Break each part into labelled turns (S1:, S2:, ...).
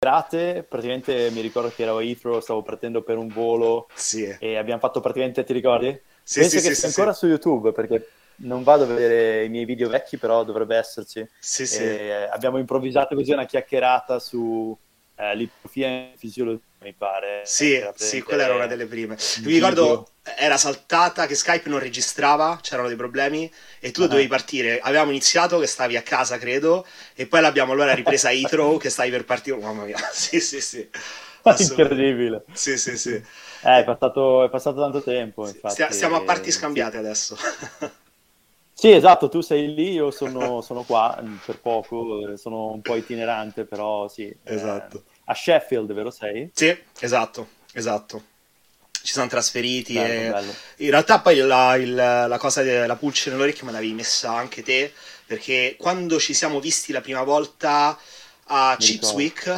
S1: chiacchierate, praticamente mi ricordo che ero a Heathrow, stavo partendo per un volo
S2: Sì,
S1: e abbiamo fatto praticamente, ti ricordi?
S2: sì, sì,
S1: Penso che
S2: sì,
S1: sia
S2: sì, sì,
S1: ancora su YouTube perché non vado a vedere i miei video vecchi, però dovrebbe esserci.
S2: sì, sì.
S1: E abbiamo improvvisato così una chiacchierata su l'ipotrofia e fisiologia, mi pare, che
S2: Sì,
S1: era
S2: sì, quella era una
S1: presente
S2: delle prime.
S1: in
S2: Mi ricordo
S1: video.
S2: era saltata, che Skype non registrava, c'erano dei problemi e tu dovevi
S1: Ah.
S2: partire. Avevamo iniziato che stavi a casa, credo, e poi l'abbiamo allora ripresa a Heathrow che stavi per partire. Mamma mia, sì, sì, sì, assolutamente.
S1: Incredibile.
S2: Sì,
S1: Sì,
S2: sì,
S1: sì.
S2: sì.
S1: È passato tanto tempo,
S2: Sì.
S1: infatti.
S2: Stiamo a parti
S1: Sì.
S2: scambiate adesso.
S1: Sì, esatto, tu sei lì, io sono qua per poco, sono un po' itinerante, però sì.
S2: Esatto.
S1: A Sheffield, vero sei?
S2: Sì, esatto, esatto. Ci siamo trasferiti
S1: Bello,
S2: e
S1: bello,
S2: in realtà poi la cosa della pulce nell'orecchio me l'avevi messa anche te, perché quando ci siamo visti la prima volta a
S1: mi ricordo.
S2: Chipswick,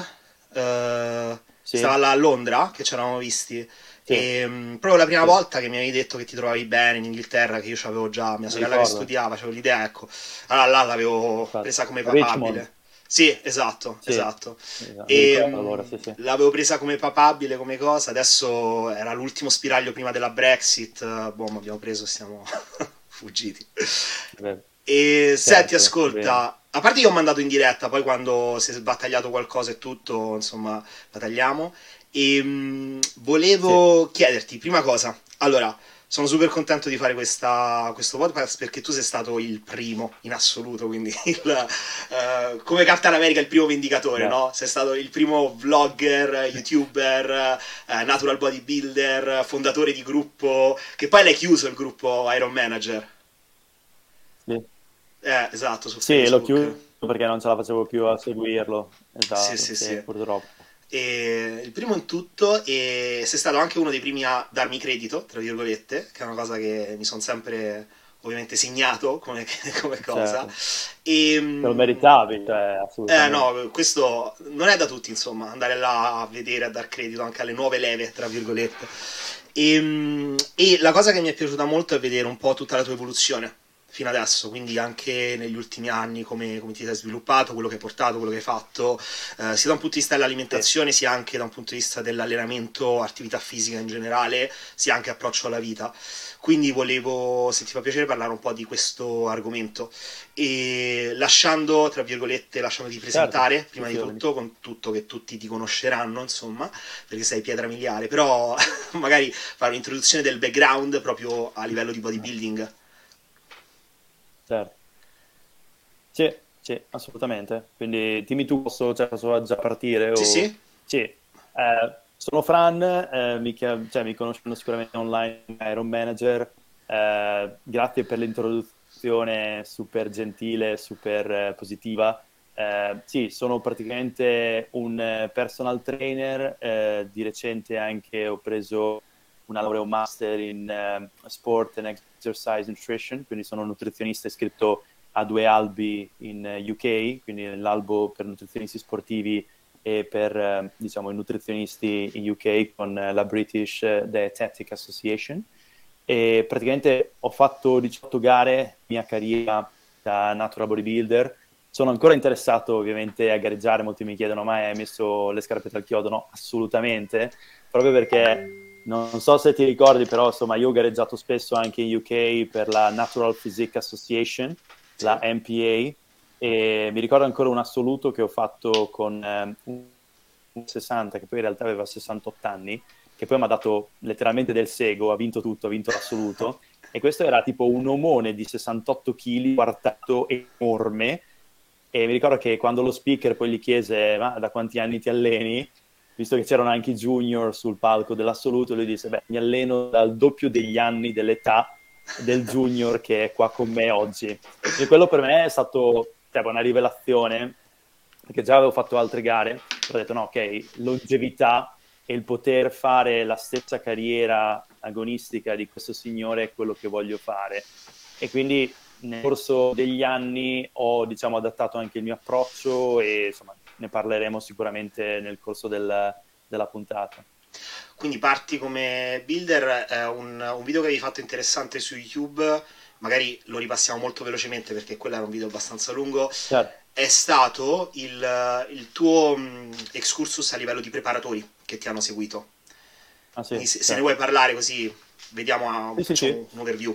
S2: stava
S1: Sì,
S2: là a Londra, che ci eravamo visti,
S1: sì,
S2: e proprio la prima
S1: sì,
S2: volta che mi avevi detto che ti trovavi bene in Inghilterra, che io avevo già mia
S1: mi
S2: sorella che
S1: ricordo,
S2: studiava, avevo l'idea, ecco, allora là l'avevo
S1: infatti.
S2: presa come
S1: Richmond,
S2: papabile. Sì, esatto,
S1: sì,
S2: esatto.
S1: mi
S2: E
S1: ricordo allora, sì, sì.
S2: l'avevo presa come papabile, come cosa. Adesso era l'ultimo spiraglio prima della Brexit. Boh, ma abbiamo preso e siamo fuggiti.
S1: Beh,
S2: E senti,
S1: certo, bene.
S2: ascolta, a parte che ho mandato in diretta, poi quando si è sbattagliato qualcosa e tutto, insomma, la tagliamo. E
S1: Sì,
S2: volevo chiederti, prima cosa, allora, sono super contento di fare questo podcast perché tu sei stato il primo in assoluto, quindi come Captain America il primo vendicatore,
S1: beh,
S2: no? Sei stato il primo vlogger, youtuber, natural bodybuilder, fondatore di gruppo, che poi l'hai chiuso il gruppo Iron Manager.
S1: sì.
S2: Esatto, su
S1: Sì, l'ho
S2: Facebook.
S1: chiuso perché non ce la facevo più a seguirlo,
S2: Sì,
S1: esatto,
S2: sì,
S1: sì,
S2: sì.
S1: purtroppo.
S2: E il primo in tutto e sei stato anche uno dei primi a darmi credito, tra virgolette, che è una cosa che mi sono sempre ovviamente segnato come, come cosa.
S1: Certo,
S2: E
S1: te lo meritavi, cioè, assolutamente.
S2: no, questo non è da tutti, insomma, andare là a vedere, a dar credito anche alle nuove leve, tra virgolette. E la cosa che mi è piaciuta molto è vedere un po' tutta la tua evoluzione fino adesso, quindi anche negli ultimi anni come ti sei sviluppato, quello che hai portato, quello che hai fatto, sia da un punto di vista
S1: Sì,
S2: dell'alimentazione, sia anche da un punto di vista dell'allenamento, attività fisica in generale, sia anche approccio alla vita. Quindi volevo, se ti fa piacere, parlare un po' di questo argomento e lasciando, tra virgolette, lasciandoti
S1: certo,
S2: presentare
S1: sì,
S2: prima di
S1: sì,
S2: tutto, con tutto che tutti ti conosceranno, insomma, perché sei pietra miliare, però magari fare un'introduzione del background proprio a livello di bodybuilding.
S1: certo. Sì, sì, assolutamente. Quindi dimmi tu, cioè, posso già partire
S2: Sì,
S1: o...
S2: sì,
S1: Sì, sono Fran, cioè, mi conoscono sicuramente online, Iron Manager. Grazie per l'introduzione super gentile, super positiva. Sì, sono praticamente un personal trainer. Di recente anche ho preso una laurea, un master in Sport and Exercise Nutrition, quindi sono un nutrizionista iscritto a due albi in UK, quindi l'albo per nutrizionisti sportivi e per diciamo, i nutrizionisti in UK con la British Dietetic Association. E praticamente ho fatto 18 gare, mia carriera da natural bodybuilder. Sono ancora interessato ovviamente a gareggiare, molti mi chiedono ma hai messo le scarpette al chiodo? No, assolutamente, proprio perché non so se ti ricordi, però insomma io ho gareggiato spesso anche in UK per la Natural Physique Association,
S2: sì.
S1: la NPA, e mi ricordo ancora un assoluto che ho fatto con un 60, che poi in realtà aveva 68 anni, che poi mi ha dato letteralmente del sego, ha vinto tutto, ha vinto l'assoluto, e questo era tipo un omone di 68 kg, quartato enorme, e mi ricordo che quando lo speaker poi gli chiese ma da quanti anni ti alleni, visto che c'erano anche i junior sul palco dell'assoluto, lui disse beh mi alleno dal doppio degli anni dell'età del junior che è qua con me oggi. E quello per me è stato cioè, una rivelazione, perché già avevo fatto altre gare, però ho detto no, ok, longevità e il poter fare la stessa carriera agonistica di questo signore è quello che voglio fare. E quindi nel corso degli anni ho, diciamo, adattato anche il mio approccio e insomma ne parleremo sicuramente nel corso della puntata.
S2: Quindi parti come builder, è un video che avevi fatto interessante su YouTube, magari lo ripassiamo molto velocemente perché quello era un video abbastanza lungo.
S1: Certo.
S2: è stato il tuo excursus a livello di preparatori che ti hanno seguito.
S1: Ah sì,
S2: Quindi se ne vuoi
S1: certo.
S2: parlare così vediamo,
S1: Sì, sì, sì.
S2: facciamo un overview.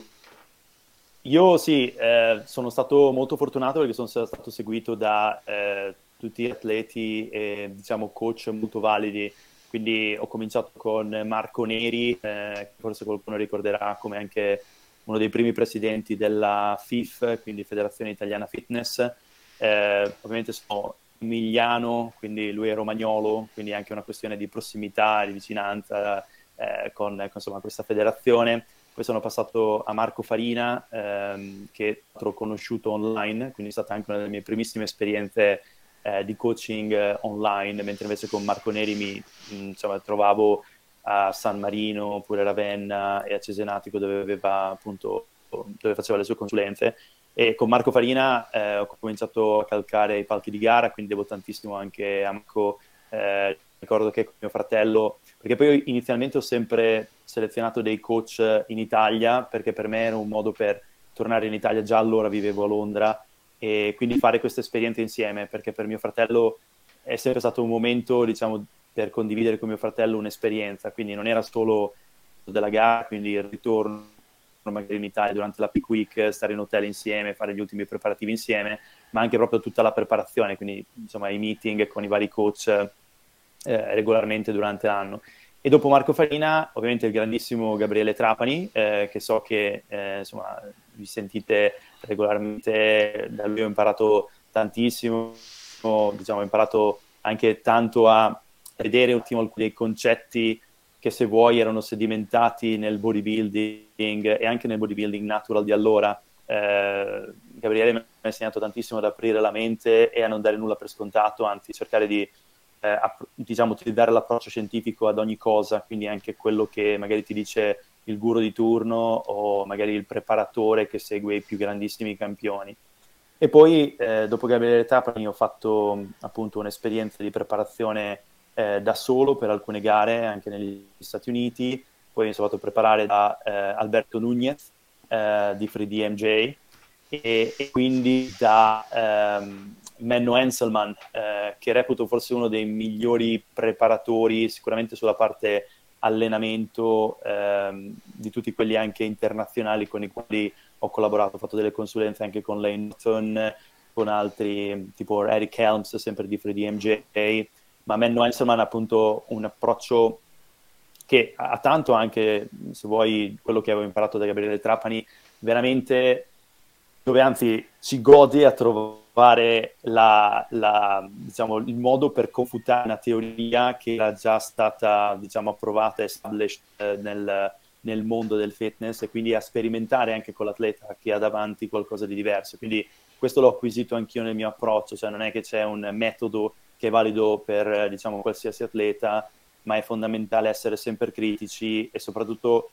S1: Io sì, sono stato molto fortunato perché sono stato seguito da tutti gli atleti e diciamo coach molto validi. Quindi ho cominciato con Marco Neri, che forse qualcuno ricorderà come anche uno dei primi presidenti della FIF, quindi Federazione Italiana Fitness. Ovviamente sono emiliano, quindi lui è romagnolo, quindi è anche una questione di prossimità, di vicinanza con insomma, questa federazione. Poi sono passato a Marco Farina, che ho conosciuto online, quindi è stata anche una delle mie primissime esperienze di coaching online, mentre invece con Marco Neri insomma, trovavo a San Marino, oppure Ravenna e a Cesenatico dove faceva le sue consulenze. E con Marco Farina ho cominciato a calcare i palchi di gara, quindi devo tantissimo anche a Marco. Ricordo che con mio fratello, perché poi inizialmente ho sempre selezionato dei coach in Italia, perché per me era un modo per tornare in Italia, già allora vivevo a Londra, e quindi fare questa esperienza insieme, perché per mio fratello è sempre stato un momento, diciamo, per condividere con mio fratello un'esperienza, quindi non era solo della gara, quindi il ritorno magari in Italia durante la peak week, stare in hotel insieme, fare gli ultimi preparativi insieme, ma anche proprio tutta la preparazione, quindi insomma i meeting con i vari coach regolarmente durante l'anno. E dopo Marco Farina, ovviamente il grandissimo Gabriele Trapani, che so che insomma vi sentite regolarmente, da lui ho imparato tantissimo, diciamo, ho imparato anche tanto a vedere alcuni dei concetti che se vuoi erano sedimentati nel bodybuilding e anche nel bodybuilding natural di allora. Gabriele mi ha insegnato tantissimo ad aprire la mente e a non dare nulla per scontato, anzi cercare di diciamo, utilizzare l'approccio scientifico ad ogni cosa, quindi anche quello che magari ti dice il guru di turno o magari il preparatore che segue i più grandissimi campioni. E poi, dopo Gabriele Trapani, ho fatto appunto un'esperienza di preparazione da solo per alcune gare anche negli Stati Uniti. Poi mi sono fatto preparare da Alberto Nunez di 3DMJ e quindi da Menno Henselman, che reputo forse uno dei migliori preparatori, sicuramente sulla parte allenamento di tutti quelli anche internazionali con i quali ho collaborato, ho fatto delle consulenze anche con Lane Norton, con altri tipo Eric Helms, sempre di 3DMJ, ma Menno Henselman ha appunto un approccio che ha tanto anche, se vuoi, quello che avevo imparato da Gabriele Trapani, veramente dove anzi ci godi a trovare diciamo, il modo per confutare una teoria che era già stata diciamo, approvata e established nel mondo del fitness e quindi a sperimentare anche con l'atleta che ha davanti qualcosa di diverso. Quindi questo l'ho acquisito anch'io nel mio approccio, cioè non è che c'è un metodo che è valido per diciamo, qualsiasi atleta, ma è fondamentale essere sempre critici e soprattutto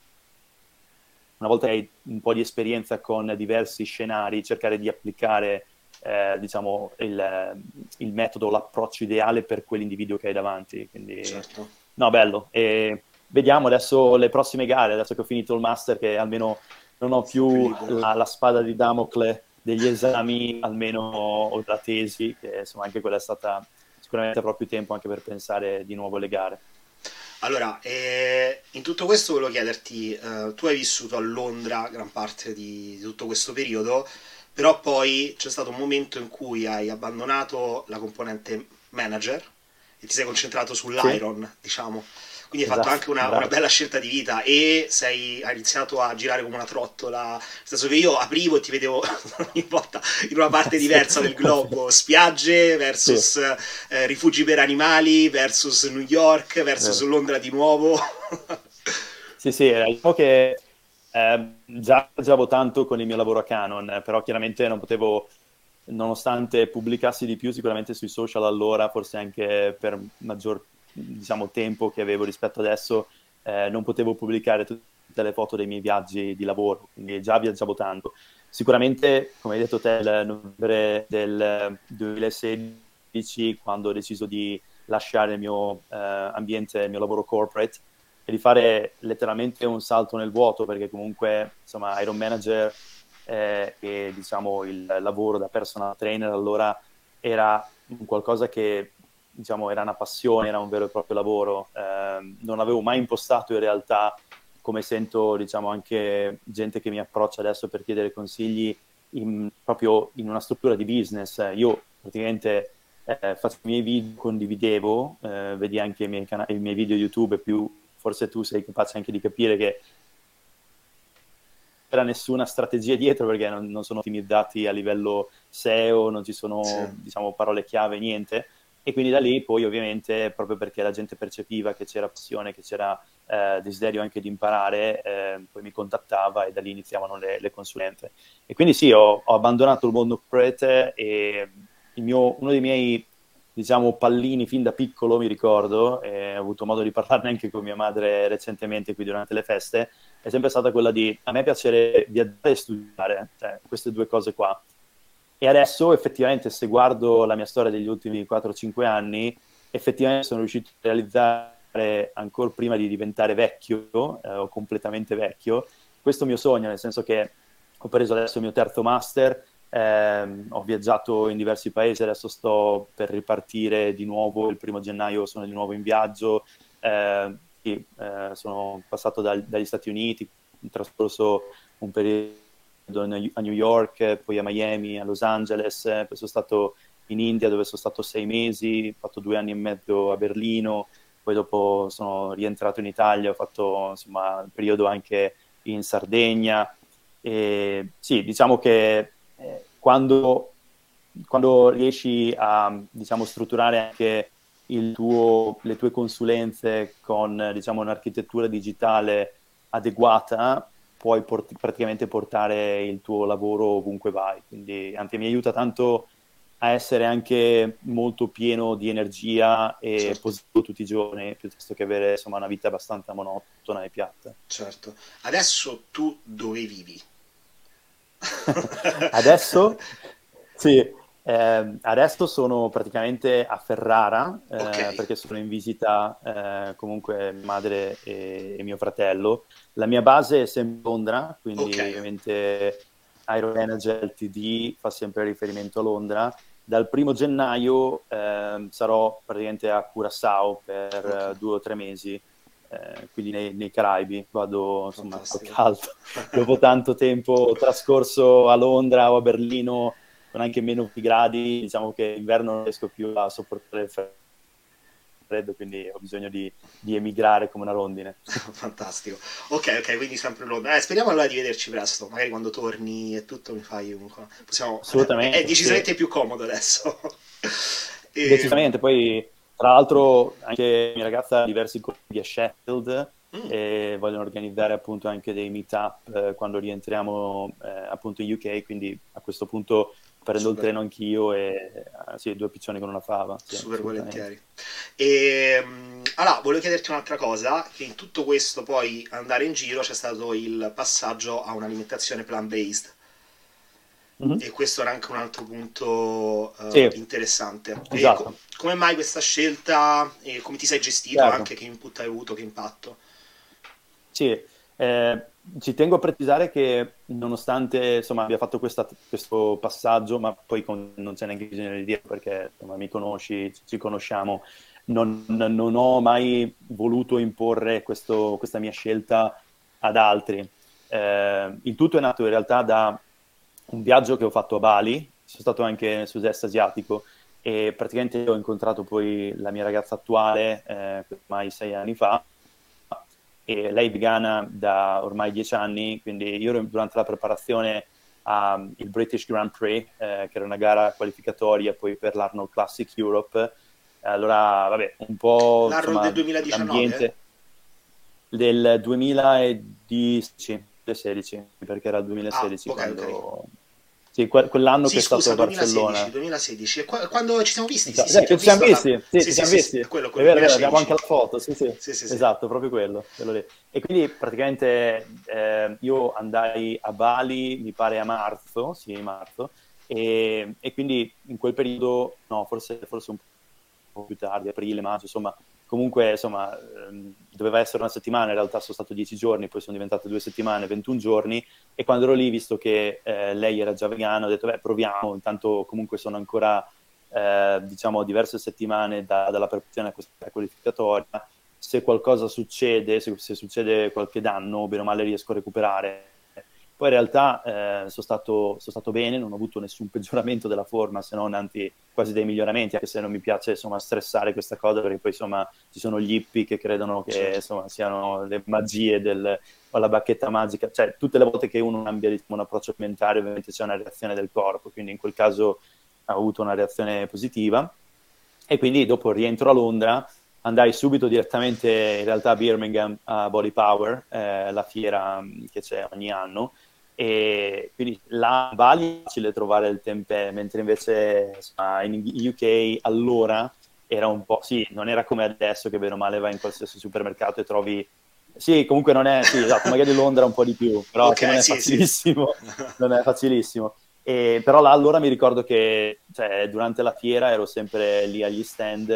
S1: una volta che hai un po' di esperienza con diversi scenari, cercare di applicare diciamo, il metodo, l'approccio ideale per quell'individuo che hai davanti. Quindi,
S2: Certo.
S1: no, bello. E vediamo adesso le prossime gare, adesso che ho finito il master, che almeno non ho
S2: Sei più
S1: più
S2: libero.
S1: la spada di Damocle degli esami, almeno ho la tesi, che insomma anche quella è stata sicuramente avrò più tempo anche per pensare di nuovo alle gare.
S2: Allora, in tutto questo volevo chiederti, tu hai vissuto a Londra gran parte di tutto questo periodo, però poi c'è stato un momento in cui hai abbandonato la componente manager e ti sei concentrato
S1: Sì,
S2: sull'Iron, diciamo. Quindi hai fatto
S1: esatto,
S2: anche una
S1: bravo.
S2: bella scelta di vita e hai iniziato a girare come una trottola. Nel senso che io aprivo e ti vedevo ogni volta in una parte
S1: Sì,
S2: diversa del
S1: sì,
S2: globo, spiagge
S1: sì,
S2: versus rifugi per animali versus New York versus
S1: vero.
S2: Londra di nuovo.
S1: Sì, sì, diciamo che già viaggiavo tanto con il mio lavoro a Canon, però chiaramente non potevo, nonostante pubblicassi di più sicuramente sui social allora, forse anche per maggior, diciamo, tempo che avevo rispetto adesso, non potevo pubblicare tutte le foto dei miei viaggi di lavoro, quindi già viaggiavo tanto. Sicuramente, come hai detto te, il novembre del 2016, quando ho deciso di lasciare il mio ambiente, il mio lavoro corporate, e di fare letteralmente un salto nel vuoto, perché comunque, insomma, Iron Manager e diciamo il lavoro da personal trainer allora era un qualcosa che diciamo era una passione, era un vero e proprio lavoro. Non avevo mai impostato in realtà, come sento diciamo anche gente che mi approccia adesso per chiedere consigli, proprio in una struttura di business. Io praticamente faccio i miei video, condividevo, vedi anche i miei video YouTube, più forse tu sei capace anche di capire che non c'era nessuna strategia dietro perché non sono ottimizzati a livello SEO, non ci
S2: Sì.
S1: sono diciamo parole chiave, niente. E quindi da lì poi ovviamente, proprio perché la gente percepiva che c'era passione, che c'era desiderio anche di imparare, poi mi contattava e da lì iniziavano le consulenze. E quindi sì, ho abbandonato il mondo corporate e uno dei miei diciamo pallini fin da piccolo, mi ricordo, e ho avuto modo di parlarne anche con mia madre recentemente qui durante le feste, è sempre stata quella di a me piacere viaggiare e studiare, cioè queste due cose qua. E adesso effettivamente se guardo la mia storia degli ultimi 4-5 anni, effettivamente sono riuscito a realizzare ancora prima di diventare vecchio o completamente vecchio questo mio sogno, nel senso che ho preso adesso il mio terzo master, ho viaggiato in diversi paesi, adesso sto per ripartire di nuovo, il 1° gennaio sono di nuovo in viaggio, sì, sono passato dagli Stati Uniti, ho trascorso un periodo a New York, poi a Miami, a Los Angeles, poi sono stato in India dove sono stato 6 mesi, ho fatto 2 anni e mezzo a Berlino, poi dopo sono rientrato in Italia, ho fatto insomma il periodo anche in Sardegna. E sì, diciamo che quando riesci a diciamo, strutturare anche le tue consulenze con diciamo, un'architettura digitale adeguata, puoi praticamente portare il tuo lavoro ovunque vai. Quindi anche mi aiuta tanto a essere anche molto pieno di energia e
S2: Certo,
S1: positivo tutti i giorni, piuttosto che avere insomma, una vita abbastanza monotona e piatta.
S2: certo. Adesso tu dove vivi?
S1: Adesso, sì, adesso sono praticamente a Ferrara
S2: Ok,
S1: perché sono in visita comunque mia madre e mio fratello. La mia base è sempre Londra,
S2: ok,
S1: quindi ovviamente Iron Manager LTD fa sempre riferimento a Londra. Dal 1° gennaio sarò praticamente a Curaçao per
S2: ok.
S1: 2 o 3 mesi, quindi nei Caraibi, vado insomma al
S2: Fantastico.
S1: caldo. Dopo tanto tempo trascorso a Londra o a Berlino con anche meno gradi, diciamo che inverno non riesco più a sopportare il freddo, quindi ho bisogno di emigrare come una rondine.
S2: Fantastico. Ok, ok, quindi sempre Londra. Speriamo allora di vederci presto. Magari quando torni e tutto mi fai un... Possiamo... È
S1: Assolutamente, sì,
S2: decisamente più comodo adesso. E...
S1: decisamente. Poi, tra l'altro, anche mia ragazza ha diversi colleghi a Sheffield
S2: mm,
S1: e vogliono organizzare appunto anche dei meet-up quando rientriamo appunto in UK, quindi a questo punto prendo il
S2: super,
S1: treno anch'io e sì, due piccioni con una fava, sì,
S2: super
S1: assolutamente.
S2: volentieri. E, allora, volevo chiederti un'altra cosa, che in tutto questo poi andare in giro c'è stato il passaggio a un'alimentazione plant-based.
S1: Mhm.
S2: E questo era anche un altro punto
S1: Sì,
S2: interessante. E
S1: esatto,
S2: come mai questa scelta e come ti sei gestito
S1: certo.
S2: anche, che input hai avuto, che impatto?
S1: Sì, ci tengo a precisare che nonostante insomma, abbia fatto questo passaggio, ma poi non c'è neanche bisogno di dire perché insomma, mi conosci, ci conosciamo, non ho mai voluto imporre questa mia scelta ad altri. Il tutto è nato in realtà da un viaggio che ho fatto a Bali, sono stato anche nel sud-est asiatico e praticamente ho incontrato poi la mia ragazza attuale ormai 6 anni fa e lei è vegana da ormai 10 anni, quindi io durante la preparazione al British Grand Prix, che era una gara qualificatoria poi per l'Arnold Classic Europe, allora vabbè, un po'
S2: L'Arrow del
S1: insomma
S2: 2019?
S1: l'ambiente del 2016, perché era il
S2: Ah,
S1: 2016
S2: ok, ok.
S1: quando... Sì, quell'anno che
S2: Sì,
S1: è stato
S2: scusa,
S1: a
S2: 2016,
S1: Barcellona.
S2: 2016. E quando ci siamo visti? Sì, sì,
S1: Cioè,
S2: ti ho
S1: che ci siamo
S2: visto là.
S1: visti, sì,
S2: Sì,
S1: ci
S2: sì,
S1: siamo
S2: sì, sì,
S1: visti.
S2: è
S1: È
S2: quello,
S1: vero, abbiamo anche
S2: 2016.
S1: la foto, sì, sì,
S2: Sì, sì, sì.
S1: esatto, proprio quello lì. E quindi praticamente io andai a Bali, mi pare a marzo, sì, marzo, e quindi in quel periodo, no, forse un po' più tardi, aprile, maggio, insomma, comunque insomma doveva essere una settimana, in realtà sono stato 10 giorni, poi sono diventate 2 settimane, 21 giorni, e quando ero lì, visto che lei era già vegana, ho detto beh, proviamo, intanto comunque sono ancora diciamo diverse settimane dalla preparazione a questa qualificatoria, se qualcosa succede, se succede qualche danno, bene o male riesco a recuperare. Poi in realtà sono stato bene, non ho avuto nessun peggioramento della forma, se non anzi quasi dei miglioramenti, anche se non mi piace insomma stressare questa cosa, perché poi insomma ci sono gli hippie che credono che
S2: Certo.
S1: insomma siano le magie o la bacchetta magica, cioè tutte le volte che uno cambia diciamo, un approccio alimentare ovviamente c'è una reazione del corpo, quindi in quel caso ho avuto una reazione positiva, e quindi dopo il rientro a Londra andai subito direttamente in realtà a Birmingham a Body Power, la fiera che c'è ogni anno, e quindi là a Bali è facile trovare il tempeh, mentre invece insomma, in UK allora era un po', sì, non era come adesso che bene o male vai in qualsiasi supermercato e trovi, sì, comunque non è, sì, esatto, magari Londra un po' di più, però che non
S2: Ok,
S1: è
S2: sì, sì.
S1: facilissimo, non è facilissimo. Però là allora mi ricordo che cioè, durante la fiera ero sempre lì agli stand,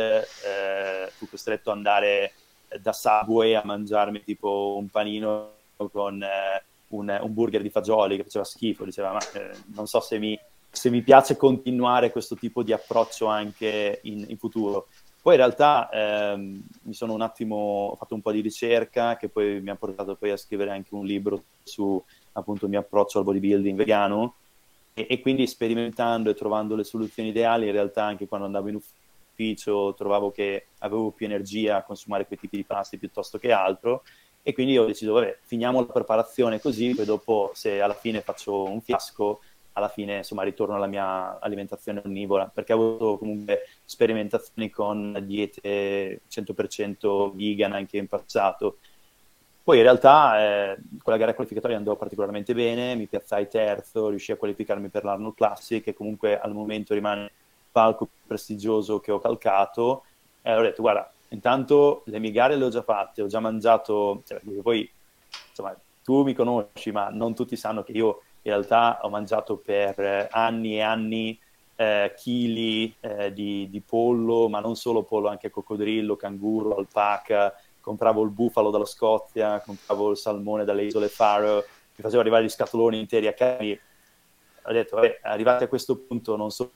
S1: fu costretto ad andare da Subway a mangiarmi tipo un panino con un burger di fagioli che faceva schifo, diceva ma non so se mi piace continuare questo tipo di approccio anche in futuro. Poi in realtà mi sono un attimo, ho fatto un po' di ricerca che poi mi ha portato poi a scrivere anche un libro su appunto il mio approccio al bodybuilding vegano, e quindi sperimentando e trovando le soluzioni ideali, in realtà anche quando andavo in ufficio trovavo che avevo più energia a consumare quei tipi di pasti piuttosto che altro, e quindi ho deciso, vabbè, finiamo la preparazione così, poi dopo se alla fine faccio un fiasco, alla fine insomma ritorno alla mia alimentazione onnivora, perché ho avuto comunque sperimentazioni con diete 100% vegan anche in passato. Poi in realtà quella gara qualificatoria andò particolarmente bene, mi piazzai terzo, riuscii a qualificarmi per l'Arnold Classic, che comunque al momento rimane il palco più prestigioso che ho calcato, e allora ho detto guarda, intanto le mie gare le ho già fatte, ho già mangiato, cioè, perché poi insomma tu mi conosci, ma non tutti sanno che io in realtà ho mangiato per anni e anni chili di pollo, ma non solo pollo, anche coccodrillo, canguro, alpaca, compravo il bufalo dalla Scozia, compravo il salmone dalle isole Faroe, mi facevo arrivare gli scatoloni interi a casa. Ho detto, vabbè, arrivati a questo punto non sono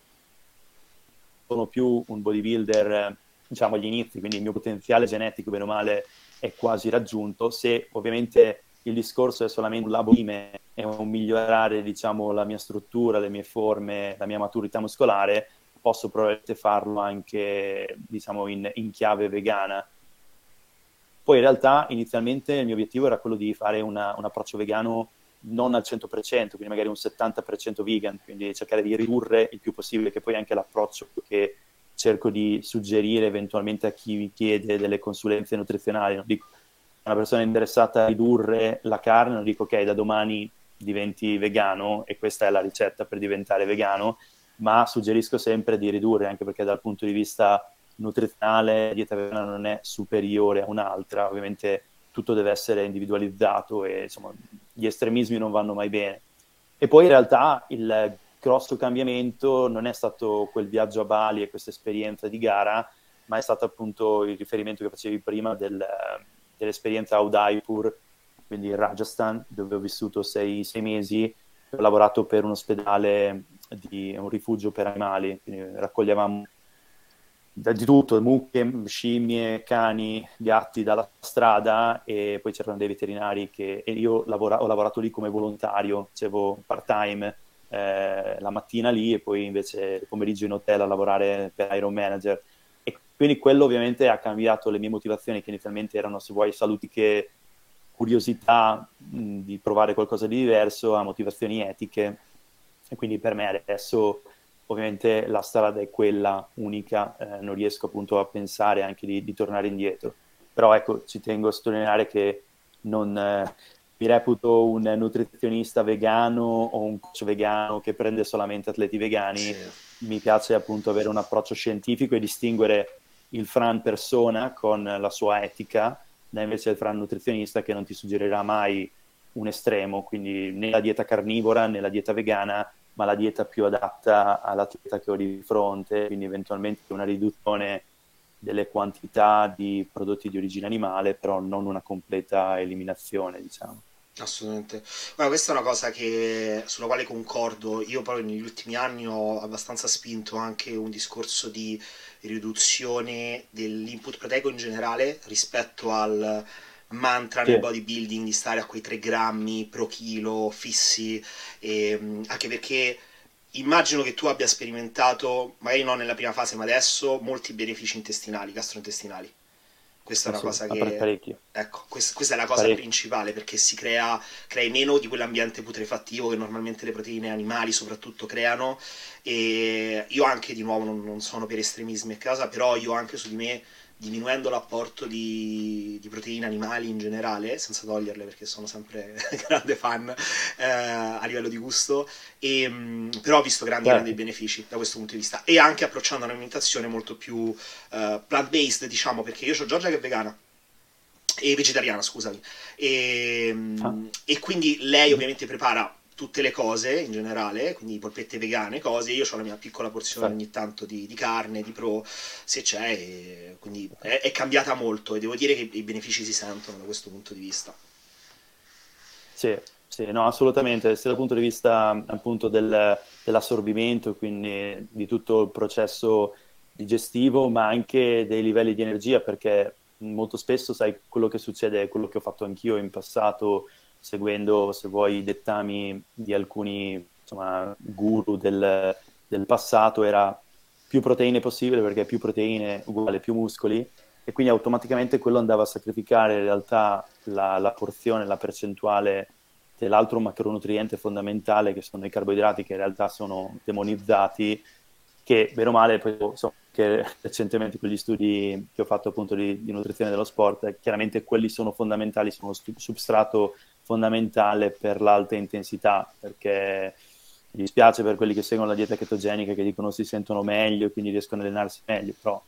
S1: più un bodybuilder, diciamo, agli inizi, quindi il mio potenziale genetico, bene o male, è quasi raggiunto. Se ovviamente il discorso è solamente un laborime e un migliorare, diciamo, la mia struttura, le mie forme, la mia maturità muscolare, posso probabilmente farlo anche, diciamo, in chiave vegana. Poi in realtà inizialmente il mio obiettivo era quello di fare un approccio vegano non al 100%, quindi magari un 70% vegan, quindi cercare di ridurre il più possibile, che poi è anche l'approccio che cerco di suggerire eventualmente a chi mi chiede delle consulenze nutrizionali. Non dico a una persona interessata a ridurre la carne, non dico ok, da domani diventi vegano e questa è la ricetta per diventare vegano, ma suggerisco sempre di ridurre, anche perché dal punto di vista nutrizionale la dieta vegana non è superiore a un'altra, ovviamente tutto deve essere individualizzato e insomma gli estremismi non vanno mai bene. E poi in realtà il grosso cambiamento non è stato quel viaggio a Bali e questa esperienza di gara, ma è stato appunto il riferimento che facevi prima dell'esperienza a Udaipur, quindi in Rajasthan, dove ho vissuto sei mesi, ho lavorato per un ospedale di un rifugio per animali, quindi raccoglievamo di tutto, mucche, scimmie, cani, gatti dalla strada, e poi c'erano dei veterinari e io ho lavorato lì come volontario, facevo part-time la mattina lì e poi invece il pomeriggio in hotel a lavorare per Iron Manager. E quindi quello ovviamente ha cambiato le mie motivazioni, che inizialmente erano, se vuoi, salutiche, curiosità di provare qualcosa di diverso, a motivazioni etiche. E quindi per me adesso ovviamente la strada è quella unica, non riesco appunto a pensare anche di tornare indietro. Però ecco, ci tengo a sottolineare che non mi reputo un nutrizionista vegano o un coach vegano che prende solamente atleti vegani.
S2: Sì.
S1: Mi piace appunto avere un approccio scientifico e distinguere il Fran persona con la sua etica, da invece il Fran nutrizionista che non ti suggerirà mai un estremo, quindi né la dieta carnivora né la dieta vegana, ma la dieta più adatta all'atleta che ho di fronte, quindi eventualmente una riduzione delle quantità di prodotti di origine animale, però non una completa eliminazione, diciamo.
S2: Assolutamente. Guarda, questa è una cosa sulla quale concordo. Io poi negli ultimi anni ho abbastanza spinto anche un discorso di riduzione dell'input proteico in generale rispetto al mantra nel
S1: Sì,
S2: bodybuilding di stare a quei 3 grammi pro chilo fissi, anche perché immagino che tu abbia sperimentato, magari non nella prima fase, ma adesso, molti benefici intestinali, gastrointestinali. Questa è una cosa che,
S1: parecchio,
S2: ecco, questa è la cosa
S1: parecchio.
S2: principale perché crei meno di quell'ambiente putrefattivo che normalmente le proteine animali soprattutto creano. E io anche, di nuovo, non sono per estremismi a casa, però io anche su di me, diminuendo l'apporto di proteine animali in generale, senza toglierle perché sono sempre grande fan a livello di gusto, però ho visto grandi
S1: Certo,
S2: benefici da questo punto di vista e anche approcciando un'alimentazione molto più plant-based, diciamo, perché io ho Giorgia che è vegana e vegetariana, scusami,
S1: ah,
S2: e quindi lei ovviamente prepara tutte le cose in generale, quindi polpette vegane, cose, io ho la mia piccola porzione
S1: perfetto.
S2: ogni tanto di carne, di pro, se c'è, e quindi è cambiata molto e devo dire che i benefici si sentono da questo punto di vista.
S1: Sì, sì, no, assolutamente, sia dal punto di vista appunto dell'assorbimento, quindi di tutto il processo digestivo, ma anche dei livelli di energia, perché molto spesso, sai, quello che succede, quello che ho fatto anch'io in passato, seguendo, se vuoi, i dettami di alcuni, insomma, guru del passato, era più proteine possibile, perché più proteine uguale più muscoli, e quindi automaticamente quello andava a sacrificare in realtà la porzione, la percentuale dell'altro macronutriente fondamentale che sono i carboidrati, che in realtà sono demonizzati, che bene o male, poi so che recentemente con gli studi che ho fatto appunto di nutrizione dello sport, chiaramente quelli sono fondamentali, sono substrato fondamentale per l'alta intensità, perché mi dispiace per quelli che seguono la dieta chetogenica che dicono si sentono meglio e quindi riescono a allenarsi meglio, però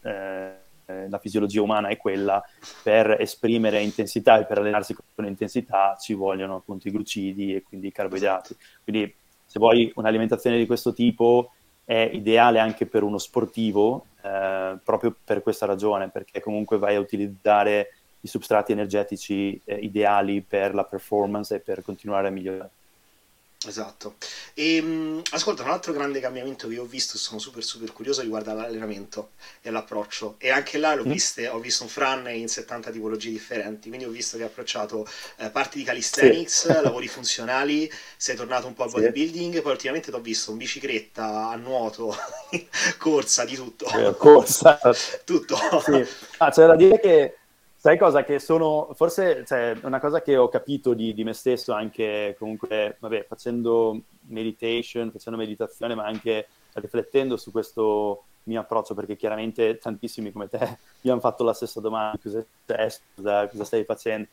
S1: la fisiologia umana è quella, per esprimere intensità e per allenarsi con intensità ci vogliono appunto i glucidi e quindi i
S2: Esatto.
S1: carboidrati. Quindi se vuoi un'alimentazione di questo tipo è ideale anche per uno sportivo, proprio per questa ragione, perché comunque vai a utilizzare i substrati energetici ideali per la performance e per continuare a migliorare.
S2: Esatto. Ascolta, un altro grande cambiamento che ho visto e sono super curioso riguarda l'allenamento e l'approccio. E anche là
S1: Mm?
S2: ho visto un Fran in 70 tipologie differenti, quindi ho visto che hai approcciato parti di
S1: Sì,
S2: calisthenics, lavori funzionali, sei tornato un po' al
S1: sì,
S2: bodybuilding, poi ultimamente ti ho visto in bicicletta, a nuoto, corsa, di tutto.
S1: corsa.
S2: Tutto.
S1: Sì, c'è da dire che, sai cosa, che sono, forse, cioè, una cosa che ho capito di me stesso anche comunque, vabbè, facendo meditation, facendo meditazione, ma anche riflettendo su questo mio approccio, perché chiaramente tantissimi come te mi hanno fatto la stessa domanda, cosa è, cosa stai facendo?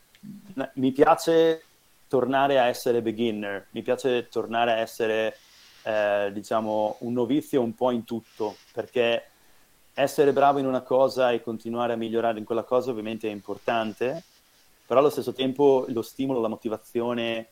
S1: Mi piace tornare a essere beginner, mi piace tornare a essere, diciamo, un novizio un po' in tutto, perché essere bravo in una cosa e continuare a migliorare in quella cosa ovviamente è importante, però allo stesso tempo lo stimolo, la motivazione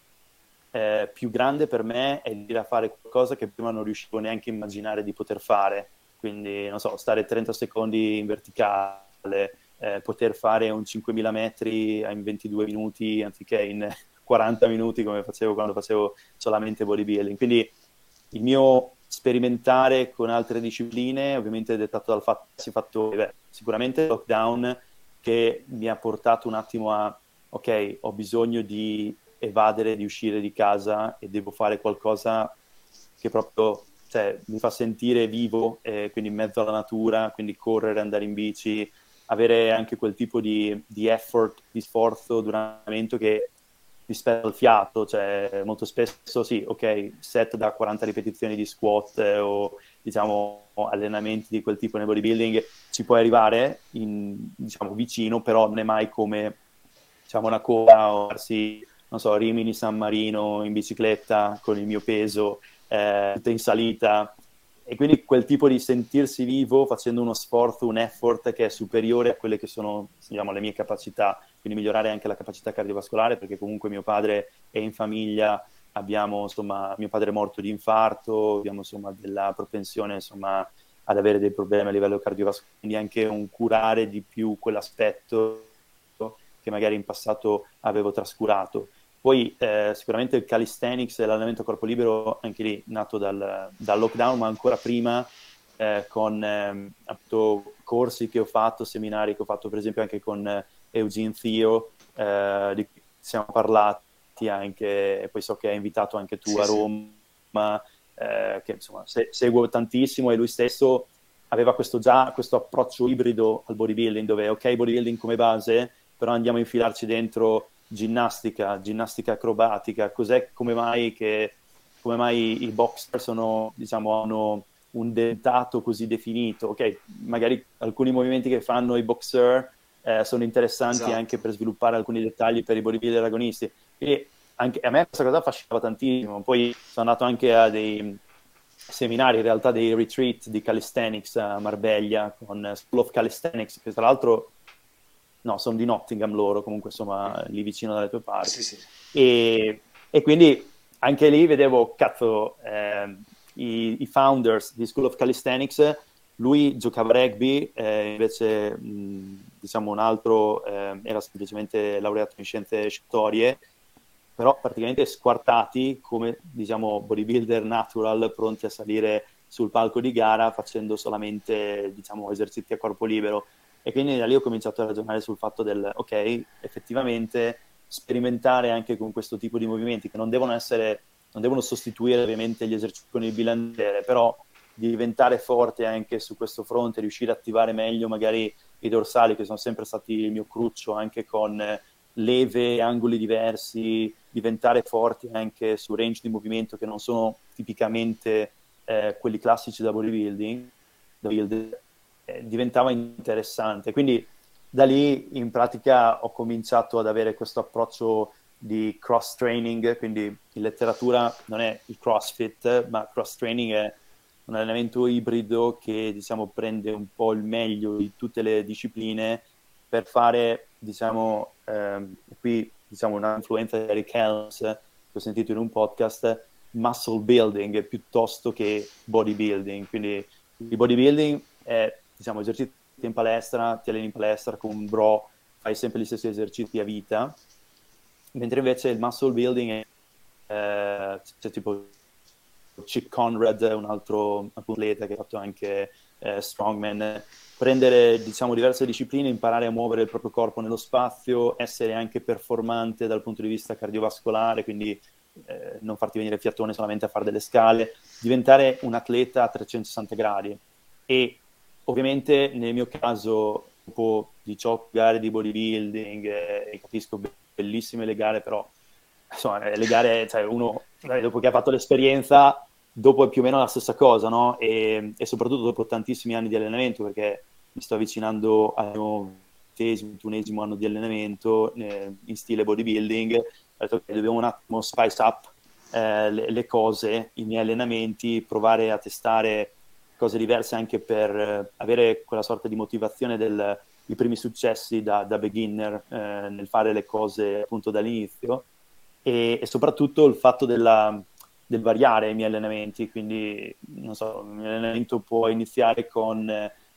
S1: più grande per me è di fare qualcosa che prima non riuscivo neanche a immaginare di poter fare. Quindi, non so, stare 30 secondi in verticale, poter fare un 5.000 metri in 22 minuti anziché in 40 minuti come facevo quando facevo solamente bodybuilding. Quindi il mio sperimentare con altre discipline ovviamente è dettato dal fatto che si è fatto sicuramente il lockdown che mi ha portato un attimo a ok, ho bisogno di evadere, di uscire di casa e devo fare qualcosa che proprio cioè, mi fa sentire vivo, quindi in mezzo alla natura, quindi correre, andare in bici, avere anche quel tipo di effort, di sforzo durante l'allenamento che rispetto al fiato, cioè molto spesso sì, ok, set da 40 ripetizioni di squat o diciamo allenamenti di quel tipo nel bodybuilding ci puoi arrivare diciamo vicino, però non è mai come diciamo una coda o farsi, non so, Rimini San Marino in bicicletta con il mio peso, tutta in salita. E quindi quel tipo di sentirsi vivo facendo uno sforzo, un effort che è superiore a quelle che sono, diciamo, le mie capacità, quindi migliorare anche la capacità cardiovascolare, perché comunque mio padre è in famiglia, abbiamo, insomma, mio padre è morto di infarto, abbiamo, insomma, della propensione, insomma, ad avere dei problemi a livello cardiovascolare, quindi anche un curare di più quell'aspetto che magari in passato avevo trascurato. Poi sicuramente il calisthenics e l'allenamento a corpo libero, anche lì nato dal lockdown, ma ancora prima con appunto corsi che ho fatto, seminari che ho fatto per esempio anche con Eugene Theo, di cui siamo parlati anche, e poi so che hai invitato anche tu a Roma, che insomma seguo tantissimo, e lui stesso aveva questo approccio ibrido al bodybuilding, dove ok, bodybuilding come base, però andiamo a infilarci dentro ginnastica acrobatica. Come mai i boxer hanno un dentato così definito? Ok, magari alcuni movimenti che fanno i boxer sono interessanti anche per sviluppare alcuni dettagli per i bodybuilder agonisti, e anche a me questa cosa affascinava tantissimo. Poi sono andato anche a dei seminari, in realtà dei retreat di calisthenics a Marbella con School of Calisthenics, che tra l'altro sono di Nottingham loro, comunque insomma lì vicino dalle tue parti. E quindi anche lì vedevo, cazzo, i founders di School of Calisthenics. Lui giocava a rugby, invece diciamo un altro era semplicemente laureato in scienze sciorie, però praticamente squartati come, diciamo, bodybuilder natural, pronti a salire sul palco di gara facendo solamente, diciamo, esercizi a corpo libero. E quindi da lì ho cominciato a ragionare sul fatto ok, effettivamente sperimentare anche con questo tipo di movimenti, che non devono sostituire ovviamente gli esercizi con il bilanciere, però diventare forte anche su questo fronte, riuscire a attivare meglio magari i dorsali, che sono sempre stati il mio cruccio, anche con leve, angoli diversi, diventare forti anche su range di movimento che non sono tipicamente quelli classici da bodybuilding, diventava interessante. Quindi da lì in pratica ho cominciato ad avere questo approccio di cross training, quindi in letteratura non è il CrossFit, ma cross training è un allenamento ibrido che, diciamo, prende un po' il meglio di tutte le discipline per fare, diciamo, qui diciamo una influenza di Eric Helms che ho sentito in un podcast, muscle building piuttosto che bodybuilding. Quindi il bodybuilding è, diciamo, esercizi in palestra, ti alleni in palestra con un bro, fai sempre gli stessi esercizi a vita, mentre invece il muscle building è c'è tipo Chick Conrad, un altro atleta che ha fatto anche strongman, prendere, diciamo, diverse discipline, imparare a muovere il proprio corpo nello spazio, essere anche performante dal punto di vista cardiovascolare, quindi non farti venire fiatone solamente a fare delle scale, diventare un atleta a 360 gradi. E ovviamente nel mio caso, dopo 18 gare di bodybuilding, e capisco, bellissime le gare, però insomma le gare, cioè uno dopo che ha fatto l'esperienza, dopo è più o meno la stessa cosa, no? E soprattutto dopo tantissimi anni di allenamento, perché mi sto avvicinando al mio 21esimo anno di allenamento in stile bodybuilding, ho detto che dobbiamo un attimo spice up le cose, i miei allenamenti, provare a testare cose diverse anche per avere quella sorta di motivazione i primi successi da beginner nel fare le cose appunto dall'inizio, e soprattutto il fatto del variare i miei allenamenti. Quindi non so, il mio allenamento può iniziare con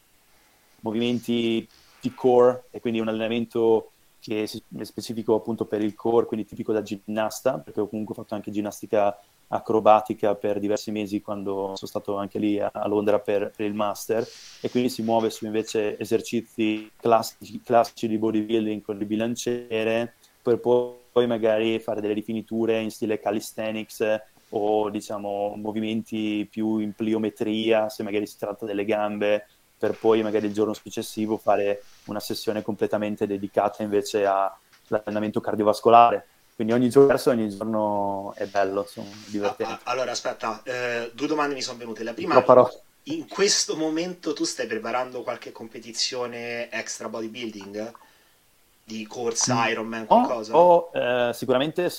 S1: movimenti di core, e quindi un allenamento che è specifico appunto per il core, quindi tipico da ginnasta, perché ho comunque fatto anche ginnastica acrobatica per diversi mesi quando sono stato anche lì a Londra per il master, e quindi si muove su invece esercizi classici di bodybuilding con il bilanciere, per poi magari fare delle rifiniture in stile calisthenics o, diciamo, movimenti più in pliometria se magari si tratta delle gambe, per poi magari il giorno successivo fare una sessione completamente dedicata invece all'allenamento cardiovascolare. Quindi ogni giorno è bello, insomma, divertente.
S2: Allora, aspetta, due domande mi sono venute. La prima, in questo momento tu stai preparando qualche competizione extra bodybuilding? Di corsa, Ironman, qualcosa?
S1: Sicuramente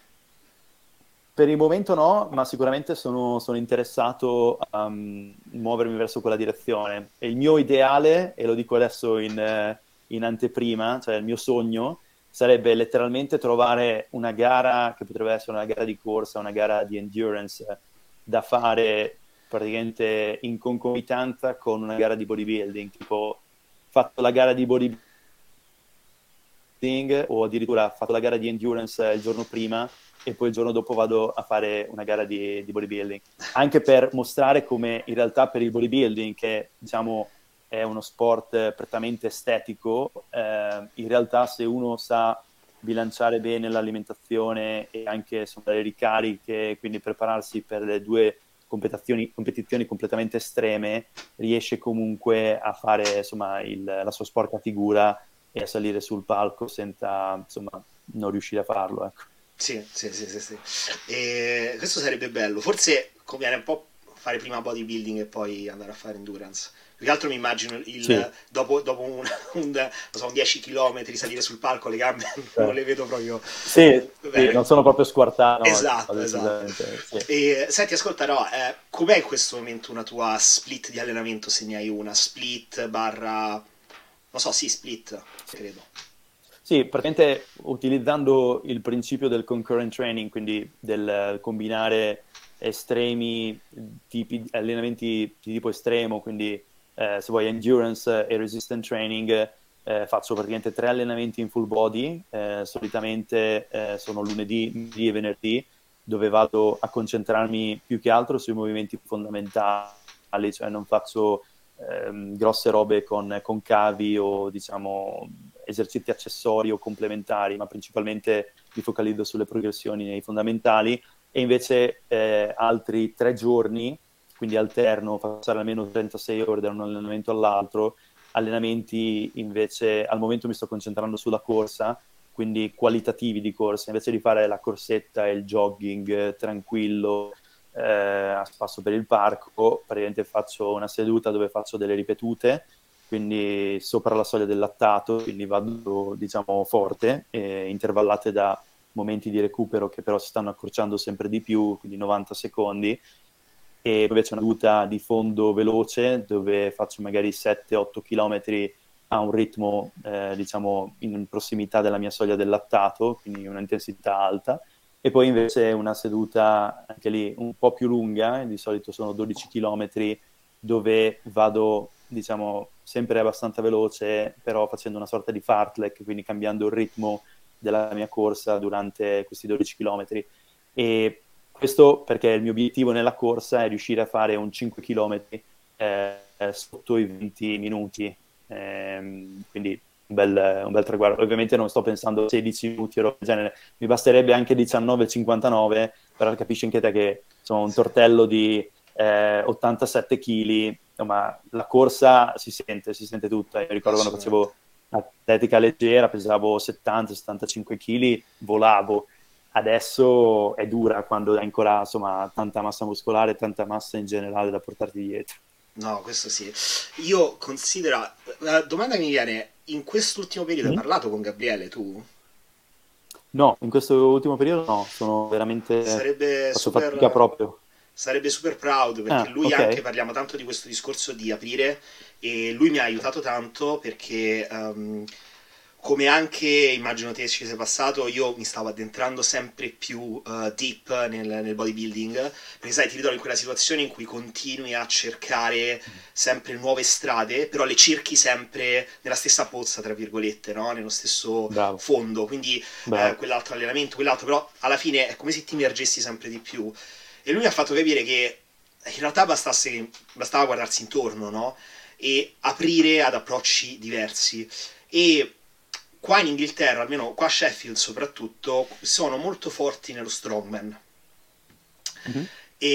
S1: per il momento no, ma sicuramente sono interessato a muovermi verso quella direzione. E il mio ideale, e lo dico adesso in anteprima, cioè il mio sogno, sarebbe letteralmente trovare una gara che potrebbe essere una gara di corsa, una gara di endurance da fare praticamente in concomitanza con una gara di bodybuilding, tipo ho fatto la gara di bodybuilding o addirittura ho fatto la gara di endurance il giorno prima e poi il giorno dopo vado a fare una gara di bodybuilding, anche per mostrare come in realtà per il bodybuilding, che diciamo è uno sport prettamente estetico, in realtà se uno sa bilanciare bene l'alimentazione e anche insomma, le ricariche, quindi prepararsi per le due competizioni completamente estreme, riesce comunque a fare insomma, la sua sporca figura e a salire sul palco senza insomma, non riuscire a farlo. Ecco.
S2: Sì, sì, sì, sì, sì. E questo sarebbe bello. Forse conviene un po' fare prima bodybuilding e poi andare a fare endurance. Più che altro mi immagino
S1: Sì,
S2: dopo non so, un 10 km salire sul palco, le gambe non
S1: cioè,
S2: le vedo proprio
S1: sì, sì,
S2: bene.
S1: non sono proprio squartato, no,
S2: Esatto, esatto.
S1: decisamente, sì.
S2: E, senti, ascolta, no, com'è in questo momento una tua split di allenamento, se ne hai una? Split barra... Non so, sì, split,
S1: Sì.
S2: credo.
S1: Sì, praticamente utilizzando il principio del concurrent training, quindi del combinare estremi tipi di allenamenti di tipo estremo, quindi se vuoi endurance e resistance training, faccio praticamente 3 allenamenti in full body, solitamente sono lunedì, martedì e venerdì, dove vado a concentrarmi più che altro sui movimenti fondamentali, cioè non faccio grosse robe con cavi o diciamo esercizi accessori o complementari, ma principalmente mi focalizzo sulle progressioni nei fondamentali e invece altri 3 giorni, quindi alterno, faccio almeno 36 ore da un allenamento all'altro, allenamenti invece al momento mi sto concentrando sulla corsa, quindi qualitativi di corsa, invece di fare la corsetta e il jogging tranquillo a spasso per il parco, praticamente faccio una seduta dove faccio delle ripetute, quindi sopra la soglia del lattato, quindi vado diciamo forte, intervallate da momenti di recupero che però si stanno accorciando sempre di più, quindi 90 secondi, e poi c'è una seduta di fondo veloce dove faccio magari 7-8 km a un ritmo diciamo in prossimità della mia soglia del lattato, quindi una intensità alta, e poi invece una seduta anche lì un po' più lunga, di solito sono 12 km, dove vado, diciamo, sempre abbastanza veloce, però facendo una sorta di fartlek, quindi cambiando il ritmo della mia corsa durante questi 12 km. E questo perché il mio obiettivo nella corsa è riuscire a fare un 5 km sotto i 20 minuti, quindi un bel traguardo. Ovviamente non sto pensando a 16 minuti o roba del genere, mi basterebbe anche 19,59, però capisci anche te che insomma, un tortello di 87 kg, ma la corsa si sente tutta. Io ricordo quando
S2: Assolutamente.
S1: facevo atletica leggera, pesavo 70-75 kg, volavo. Adesso è dura quando hai ancora insomma, tanta massa muscolare e tanta massa in generale da portarti dietro.
S2: No, questo sì. Io considero... La domanda che mi viene, in quest'ultimo periodo hai
S1: Mm?
S2: parlato con Gabriele, tu?
S1: No, in questo ultimo periodo no, sono veramente...
S2: Sarebbe
S1: faccio fatica
S2: super,
S1: proprio.
S2: sarebbe super proud perché
S1: Ah,
S2: lui
S1: ok.
S2: anche parliamo tanto di questo discorso di aprire e lui mi ha aiutato tanto perché come anche immagino te ci sei passato, io mi stavo addentrando sempre più deep nel bodybuilding perché sai ti ritrovi in quella situazione in cui continui a cercare sempre nuove strade, però le cerchi sempre nella stessa pozza, tra virgolette, no? Nello stesso
S1: Bravo,
S2: fondo, quindi
S1: bravo.
S2: quell'altro allenamento, quell'altro, però alla fine è come se ti immergessi sempre di più. E lui mi ha fatto capire che in realtà bastava guardarsi intorno, no? E aprire ad approcci diversi. E qua in Inghilterra, almeno qua a Sheffield soprattutto, sono molto forti nello strongman.
S1: Mhm.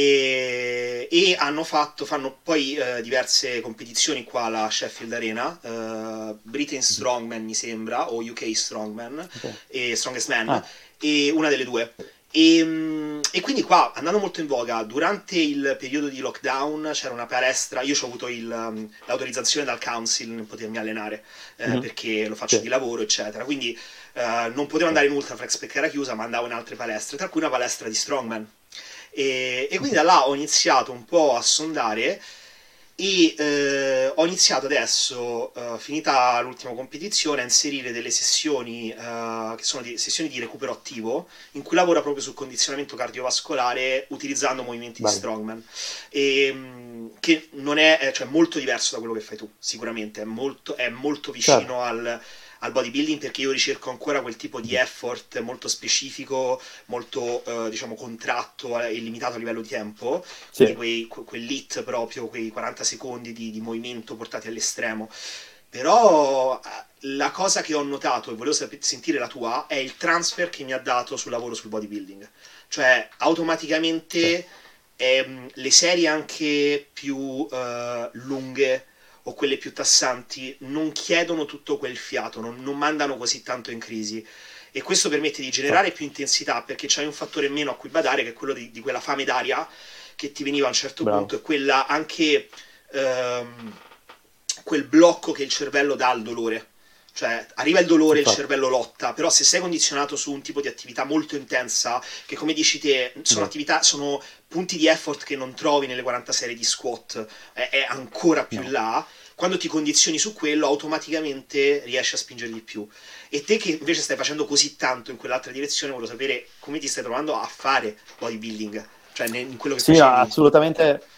S2: E fanno poi diverse competizioni qua alla Sheffield Arena, Britain
S1: Mhm.
S2: Strongman mi sembra, o UK Strongman,
S1: Ok.
S2: e Strongest Man,
S1: Ah,
S2: e una delle due. E quindi qua, andando molto in voga, durante il periodo di lockdown c'era una palestra, io ho avuto l'autorizzazione dal council nel potermi allenare,
S1: mhm.
S2: perché lo faccio
S1: Sì,
S2: di lavoro, eccetera. Quindi non potevo andare
S1: certo.
S2: in Ultraflex perché era chiusa, ma andavo in altre palestre, tra cui una palestra di Strongman. E quindi
S1: Mhm.
S2: da là ho iniziato un po' a sondare E ho iniziato adesso, finita l'ultima competizione, a inserire delle sessioni che sono sessioni di recupero attivo, in cui lavora proprio sul condizionamento cardiovascolare utilizzando movimenti di
S1: Bello.
S2: strongman. E, che non è, cioè, molto diverso da quello che fai tu, sicuramente, è molto
S1: Certo.
S2: vicino al bodybuilding, perché io ricerco ancora quel tipo di effort molto specifico, molto diciamo contratto e limitato a livello di tempo, quindi
S1: Sì,
S2: quell'hit proprio, quei 40 secondi di movimento portati all'estremo. Però la cosa che ho notato, e volevo sentire la tua, è il transfer che mi ha dato sul lavoro sul bodybuilding. Cioè,
S1: sì,
S2: automaticamente le serie anche più lunghe o quelle più tassanti non chiedono tutto quel fiato, non mandano così tanto in crisi. E questo permette di
S1: certo.
S2: generare più intensità perché c'hai un fattore in meno a cui badare, che è quello di quella fame d'aria che ti veniva a un certo punto,
S1: Bravo.
S2: e quella anche ehm, quel blocco che il cervello dà al dolore. Cioè, arriva il dolore, il
S1: Infatti,
S2: cervello lotta, però se sei condizionato su un tipo di attività molto intensa, che come dici te, sono
S1: esatto.
S2: attività, sono punti di effort che non trovi nelle 40 serie di squat, è ancora più in
S1: No.
S2: là, quando ti condizioni su quello, automaticamente riesci a spingere di più. E te che invece stai facendo così tanto in quell'altra direzione, voglio sapere come ti stai trovando a fare bodybuilding, cioè in quello che
S1: Sì, no,
S2: facevi.
S1: assolutamente.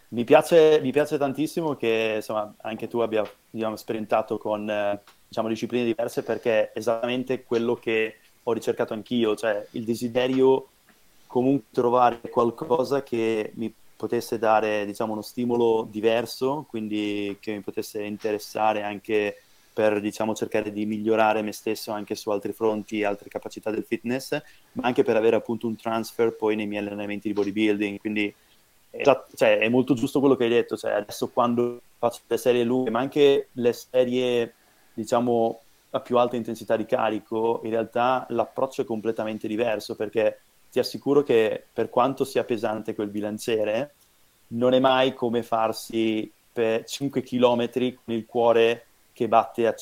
S1: Mi piace tantissimo che insomma, anche tu abbia diciamo, sperimentato con diciamo, discipline diverse perché è esattamente quello che ho ricercato anch'io, cioè il desiderio comunque trovare qualcosa che mi potesse dare diciamo, uno stimolo diverso, quindi che mi potesse interessare anche per diciamo, cercare di migliorare me stesso anche su altri fronti, altre capacità del fitness, ma anche per avere appunto un transfer poi nei miei allenamenti di bodybuilding, quindi cioè, è molto giusto quello che hai detto, cioè, adesso quando faccio le serie lunghe, ma anche le serie, diciamo, a più alta intensità di carico, in realtà l'approccio è completamente diverso, perché ti assicuro che per quanto sia pesante quel bilanciere, non è mai come farsi per 5 km con il cuore che batte a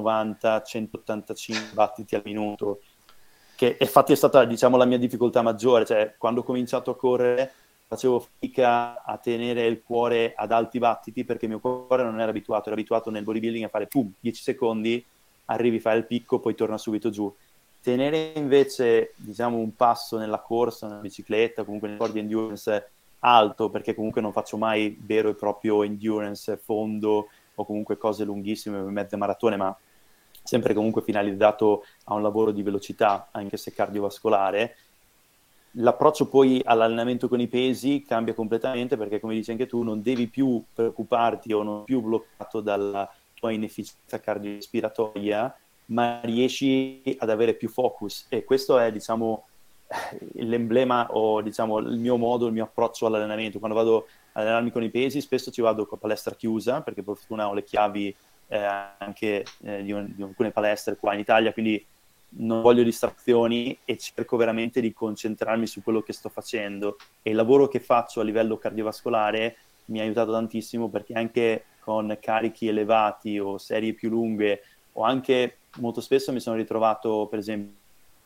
S1: 190-185 battiti al minuto, che infatti è stata, diciamo, la mia difficoltà maggiore, cioè quando ho cominciato a correre facevo fatica a tenere il cuore ad alti battiti perché il mio cuore non era abituato nel bodybuilding a fare pum, 10 secondi, arrivi, fai il picco, poi torna subito giù. Tenere invece, diciamo, un passo nella corsa, nella bicicletta, comunque nei sport di endurance alto, perché comunque non faccio mai vero e proprio endurance, fondo o comunque cose lunghissime, mezze maratone, ma sempre comunque finalizzato a un lavoro di velocità, anche se cardiovascolare. L'approccio poi all'allenamento con i pesi cambia completamente perché, come dici anche tu, non devi più preoccuparti o non più bloccato dalla tua inefficienza cardiorespiratoria, ma riesci ad avere più focus. E questo è, diciamo, l'emblema o, diciamo, il mio modo, il mio approccio all'allenamento. Quando vado ad allenarmi con i pesi, spesso ci vado con palestra chiusa, perché per fortuna ho le chiavi anche di alcune palestre qua in Italia, quindi non voglio distrazioni e cerco veramente di concentrarmi su quello che sto facendo. E il lavoro che faccio a livello cardiovascolare mi ha aiutato tantissimo perché anche con carichi elevati o serie più lunghe o anche molto spesso mi sono ritrovato, per esempio,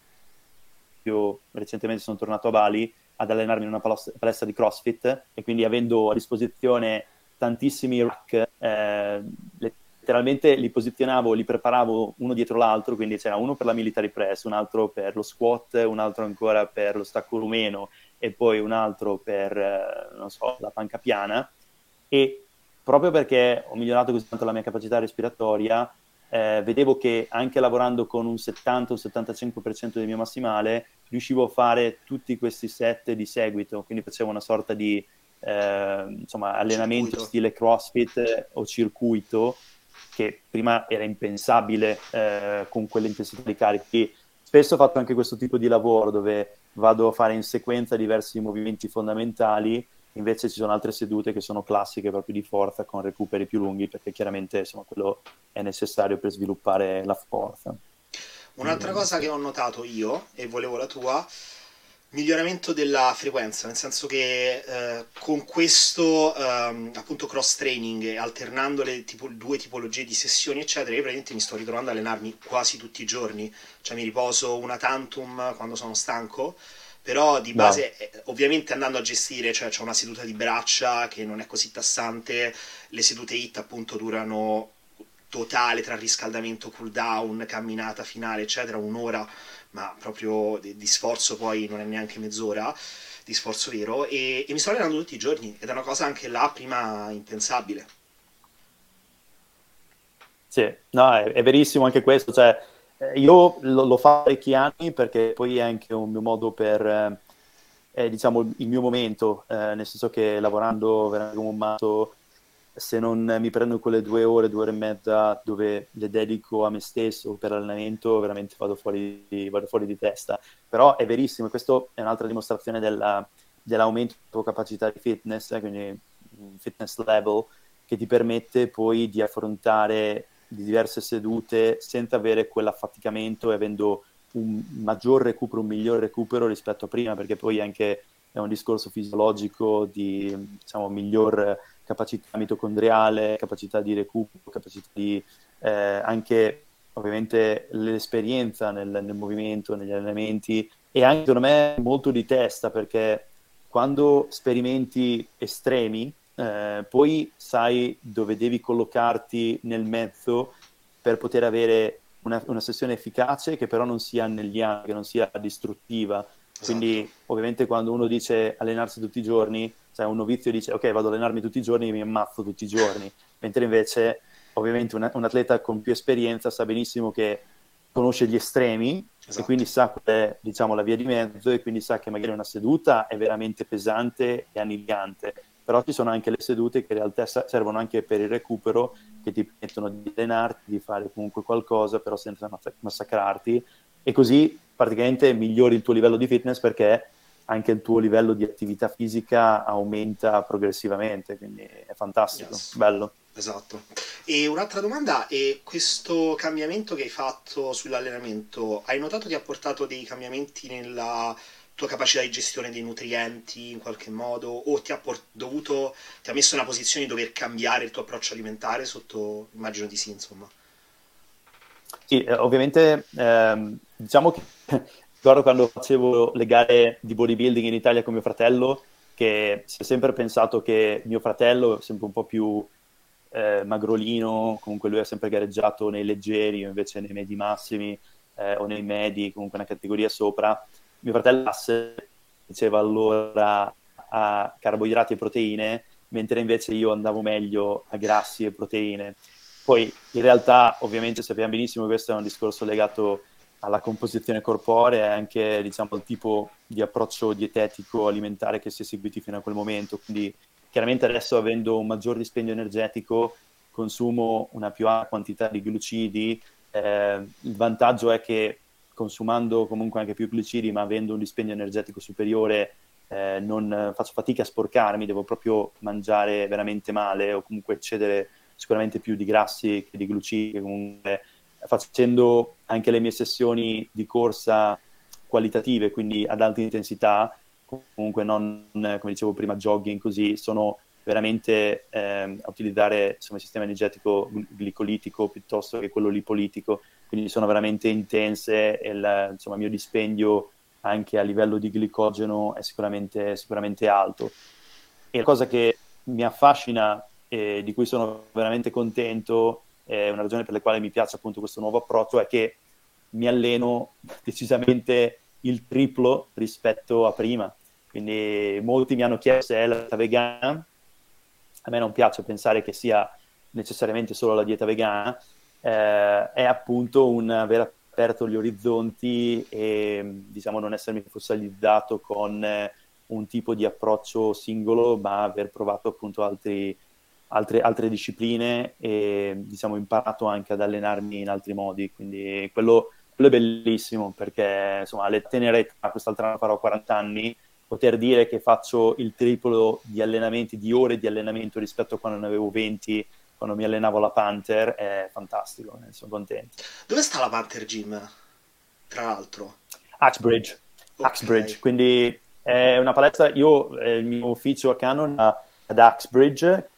S1: recentemente sono tornato a Bali ad allenarmi in una palestra di CrossFit e quindi avendo a disposizione tantissimi rack, letteralmente li posizionavo, li preparavo uno dietro l'altro, quindi c'era uno per la military press, un altro per lo squat, un altro ancora per lo stacco rumeno e poi un altro per, non so, la panca piana e proprio perché ho migliorato così tanto la mia capacità respiratoria, vedevo che anche lavorando con un 70-75% del mio massimale riuscivo a fare tutti questi set di seguito, quindi facevo una sorta di insomma, allenamento
S2: Circuito.
S1: stile CrossFit o circuito che prima era impensabile con quell'intensità di carichi. Spesso ho fatto anche questo tipo di lavoro dove vado a fare in sequenza diversi movimenti fondamentali, invece ci sono altre sedute che sono classiche proprio di forza con recuperi più lunghi perché chiaramente insomma, quello è necessario per sviluppare la forza.
S2: Un'altra cosa che
S1: Sì.
S2: ho notato io, e volevo la tua, miglioramento della frequenza, nel senso che con questo appunto cross training e alternando le due tipologie di sessioni eccetera, io praticamente mi sto ritrovando ad allenarmi quasi tutti i giorni, cioè mi riposo una tantum quando sono stanco, Però di
S1: Wow.
S2: base, ovviamente andando a gestire, cioè c'è una seduta di braccia che non è così tassante, le sedute HIIT appunto durano totale tra riscaldamento, cool down, camminata finale, eccetera, un'ora, ma proprio di sforzo poi non è neanche mezz'ora di sforzo vero, e mi sto allenando tutti i giorni ed è una cosa anche là prima impensabile.
S1: Sì, no, è verissimo anche questo, cioè io lo fa parecchi anni perché poi è anche un mio modo per, diciamo, il mio momento, nel senso che lavorando veramente come un matto, se non mi prendo quelle 2 ore e mezza dove le dedico a me stesso per l'allenamento, veramente vado fuori di testa. Però è verissimo, e questo è un'altra dimostrazione dell'aumento della tua capacità di fitness, quindi fitness level, che ti permette poi di affrontare di diverse sedute senza avere quell'affaticamento e avendo un maggior recupero, un miglior recupero rispetto a prima, perché poi anche è un discorso fisiologico di, diciamo, miglior capacità mitocondriale, capacità di recupero, capacità di anche ovviamente l'esperienza nel movimento, negli allenamenti e anche secondo me molto di testa perché quando sperimenti estremi poi sai dove devi collocarti nel mezzo per poter avere una sessione efficace che però non sia annegliante, che non sia distruttiva.
S2: Esatto,
S1: Quindi ovviamente quando uno dice allenarsi tutti i giorni, cioè un novizio dice ok vado ad allenarmi tutti i giorni e mi ammazzo tutti i giorni, mentre invece ovviamente un atleta con più esperienza sa benissimo che conosce gli estremi e quindi
S2: esatto.
S1: sa qual è diciamo, la via di mezzo e quindi sa che magari una seduta è veramente pesante e annigliante, però ci sono anche le sedute che in realtà servono anche per il recupero, che ti permettono di allenarti, di fare comunque qualcosa, però senza massacrarti, e così praticamente migliori il tuo livello di fitness perché anche il tuo livello di attività fisica aumenta progressivamente, quindi è fantastico,
S2: Yes,
S1: bello.
S2: esatto. E un'altra domanda, e questo cambiamento che hai fatto sull'allenamento, hai notato ti ha portato dei cambiamenti nella tua capacità di gestione dei nutrienti in qualche modo, o ti ha messo in una posizione di dover cambiare il tuo approccio alimentare sotto, immagino di sì, insomma.
S1: Sì, ovviamente diciamo che ricordo quando facevo le gare di bodybuilding in Italia con mio fratello, che si è sempre pensato che mio fratello è sempre un po' più magrolino, comunque lui ha sempre gareggiato nei leggeri, io invece nei medi massimi o nei medi, comunque una categoria sopra. Mio fratello diceva allora a carboidrati e proteine, mentre invece io andavo meglio a grassi e proteine. Poi in realtà ovviamente sappiamo benissimo che questo è un discorso legato alla composizione corporea e anche diciamo, al tipo di approccio dietetico alimentare che si è seguiti fino a quel momento. Quindi chiaramente adesso avendo un maggior dispendio energetico consumo una più alta quantità di glucidi. Il vantaggio è che consumando comunque anche più glucidi ma avendo un dispendio energetico superiore non faccio fatica a sporcarmi, devo proprio mangiare veramente male o comunque eccedere sicuramente più di grassi che di glucidi, che comunque facendo anche le mie sessioni di corsa qualitative, quindi ad alta intensità, comunque non, come dicevo prima, jogging così, sono veramente a utilizzare insomma, il sistema energetico glicolitico piuttosto che quello lipolitico, quindi sono veramente intense e insomma, il mio dispendio anche a livello di glicogeno è sicuramente alto. E la cosa che mi affascina e di cui sono veramente contento, è una ragione per la quale mi piace appunto questo nuovo approccio, è che mi alleno decisamente il triplo rispetto a prima. Quindi molti mi hanno chiesto se è la dieta vegana, a me non piace pensare che sia necessariamente solo la dieta vegana, è appunto un aver aperto gli orizzonti e diciamo non essermi fossilizzato con un tipo di approccio singolo, ma aver provato appunto altre discipline e diciamo imparato anche ad allenarmi in altri modi. Quindi quello è bellissimo perché insomma alle tenere età, quest'altro anno farò 40 anni, poter dire che faccio il triplo di allenamenti, di ore di allenamento rispetto a quando ne avevo 20, quando mi allenavo alla Panther, è fantastico, sono contento.
S2: Dove sta la Panther Gym, tra l'altro?
S1: Axbridge,
S2: Ok,
S1: Axbridge, quindi è una palestra, io il mio ufficio a Canon ad Axbridge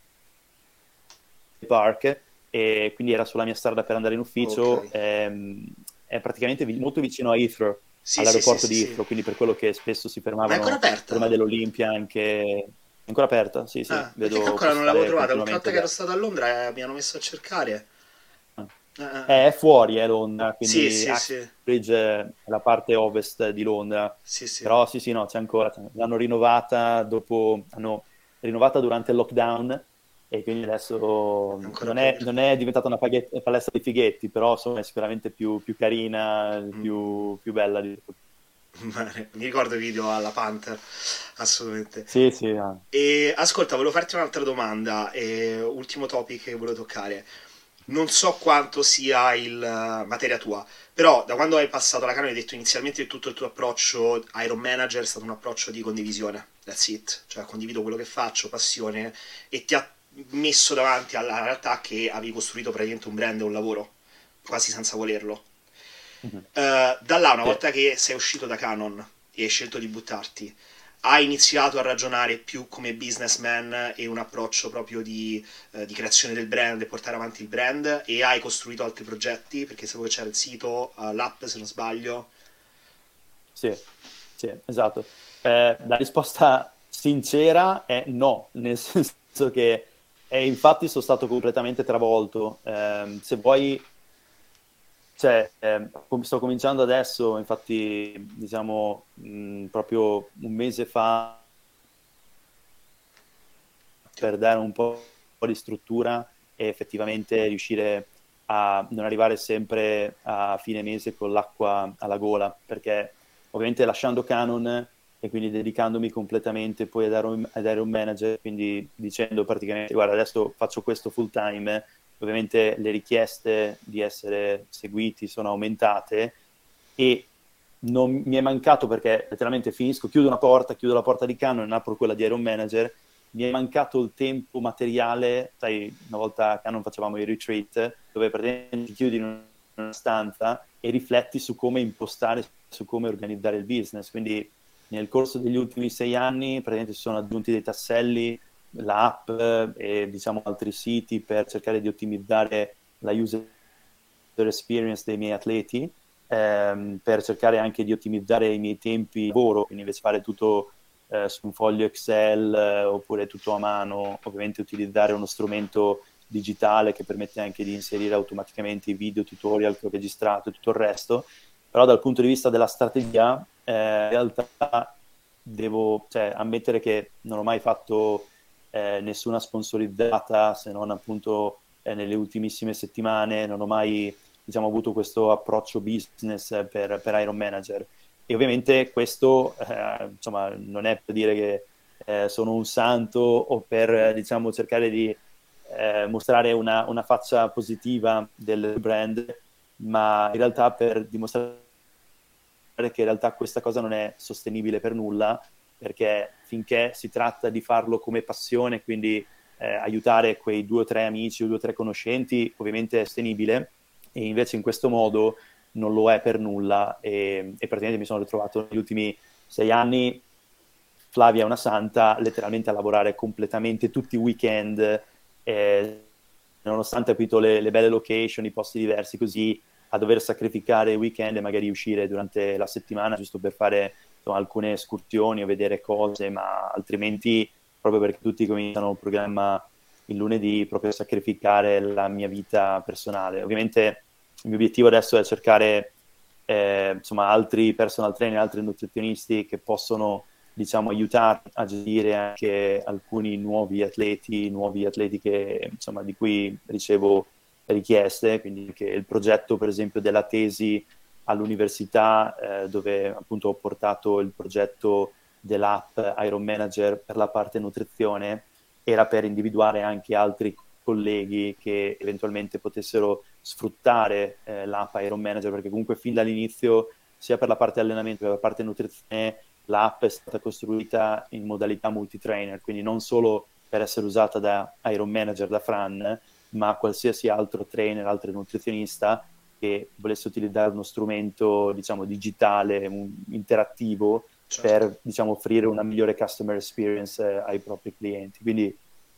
S1: Park e quindi era sulla mia strada per andare in
S2: ok.
S1: ufficio, è praticamente molto vicino a Heathrow,
S2: Sì, sì, sì,
S1: all'aeroporto
S2: sì,
S1: di
S2: sì.
S1: Heathrow, quindi per quello che spesso si
S2: Ma è ancora
S1: fermavano prima
S2: aperta?
S1: dell'Olimpia anche... È ancora aperta? Sì, sì,
S2: Perché
S1: vedo
S2: calcola non l'avevo
S1: postare
S2: trovata. L'ultima volta
S1: continuamente
S2: che ero
S1: da...
S2: stato a Londra mi hanno messo a cercare. Eh.
S1: È fuori, è Londra,
S2: Sì,
S1: quindi
S2: sì, sì.
S1: Uxbridge è la parte ovest di Londra,
S2: Sì, sì.
S1: però sì, sì, no, c'è ancora, l'hanno rinnovata dopo, hanno rinnovata durante il lockdown e quindi adesso
S2: È ancora
S1: non
S2: più
S1: è,
S2: aperta.
S1: non è diventata una palestra di fighetti, però insomma è sicuramente più carina,
S2: Mm.
S1: più bella di...
S2: Bene, mi ricordo i video alla Panther, assolutamente.
S1: Sì, sì, ah.
S2: E ascolta, volevo farti un'altra domanda, ultimo topic che volevo toccare. Non so quanto sia il materia tua, però da quando hai passato la Canon hai detto inizialmente che tutto il tuo approccio Iron Manager è stato un approccio di condivisione. That's it. Cioè condivido quello che faccio, passione, e ti ha messo davanti alla realtà che avevi costruito praticamente un brand e un lavoro, quasi senza volerlo.
S1: Mhm.
S2: Da là, una
S1: Sì.
S2: volta che sei uscito da Canon e hai scelto di buttarti, hai iniziato a ragionare più come businessman e un approccio proprio di creazione del brand e portare avanti il brand, e hai costruito altri progetti, perché sapevo che c'era il sito, l'app se non sbaglio.
S1: Sì, sì, esatto. La risposta sincera è no, nel senso che infatti sono stato completamente travolto. Se vuoi, cioè, sto cominciando adesso, infatti, diciamo, proprio un mese fa per dare un po' di struttura e effettivamente riuscire a non arrivare sempre a fine mese con l'acqua alla gola, perché ovviamente lasciando Canon e quindi dedicandomi completamente poi ad Iron Manager, quindi dicendo praticamente guarda adesso faccio questo full time, ovviamente le richieste di essere seguiti sono aumentate e non mi è mancato perché letteralmente finisco, chiudo la porta di Canon e apro quella di Iron Manager, mi è mancato il tempo materiale, sai, una volta a Canon facevamo i retreat, dove praticamente ti chiudi in una stanza e rifletti su come impostare, su come organizzare il business, quindi nel corso degli ultimi 6 anni praticamente si sono aggiunti dei tasselli, l'app e diciamo altri siti per cercare di ottimizzare la user experience dei miei atleti, per cercare anche di ottimizzare i miei tempi di lavoro, quindi invece fare tutto su un foglio Excel oppure tutto a mano, ovviamente utilizzare uno strumento digitale che permette anche di inserire automaticamente i video tutorial che ho registrato e tutto il resto, però dal punto di vista della strategia in realtà devo cioè, ammettere che non ho mai fatto nessuna sponsorizzata se non appunto nelle ultimissime settimane, non ho mai diciamo, avuto questo approccio business per Iron Manager. E ovviamente questo insomma, non è per dire che sono un santo o per diciamo, cercare di mostrare una faccia positiva del brand, ma in realtà per dimostrare che in realtà questa cosa non è sostenibile per nulla, perché finché si tratta di farlo come passione, quindi aiutare quei 2 o 3 amici o 2 o 3 conoscenti, ovviamente è sostenibile, e invece in questo modo non lo è per nulla e praticamente mi sono ritrovato negli ultimi 6 anni, Flavia è una santa, letteralmente a lavorare completamente tutti i weekend, nonostante appunto le belle location, i posti diversi, così a dover sacrificare i weekend e magari uscire durante la settimana giusto per fare insomma, alcune escursioni o vedere cose, ma altrimenti proprio perché tutti cominciano il programma il lunedì, proprio sacrificare la mia vita personale. Ovviamente il mio obiettivo adesso è cercare insomma, altri personal trainer, altri nutrizionisti che possono diciamo, aiutarmi a gestire anche alcuni nuovi atleti che, insomma, di cui ricevo richieste, quindi che il progetto per esempio della tesi all'università dove appunto ho portato il progetto dell'app Iron Manager per la parte nutrizione era per individuare anche altri colleghi che eventualmente potessero sfruttare l'app Iron Manager perché comunque fin dall'inizio sia per la parte allenamento che per la parte nutrizione l'app è stata costruita in modalità multitrainer, quindi non solo per essere usata da Iron Manager, da Fran, ma qualsiasi altro trainer, altro nutrizionista che volesse utilizzare uno strumento, diciamo, digitale, interattivo,
S2: Certo.
S1: per, diciamo, offrire una migliore customer experience ai propri clienti. Quindi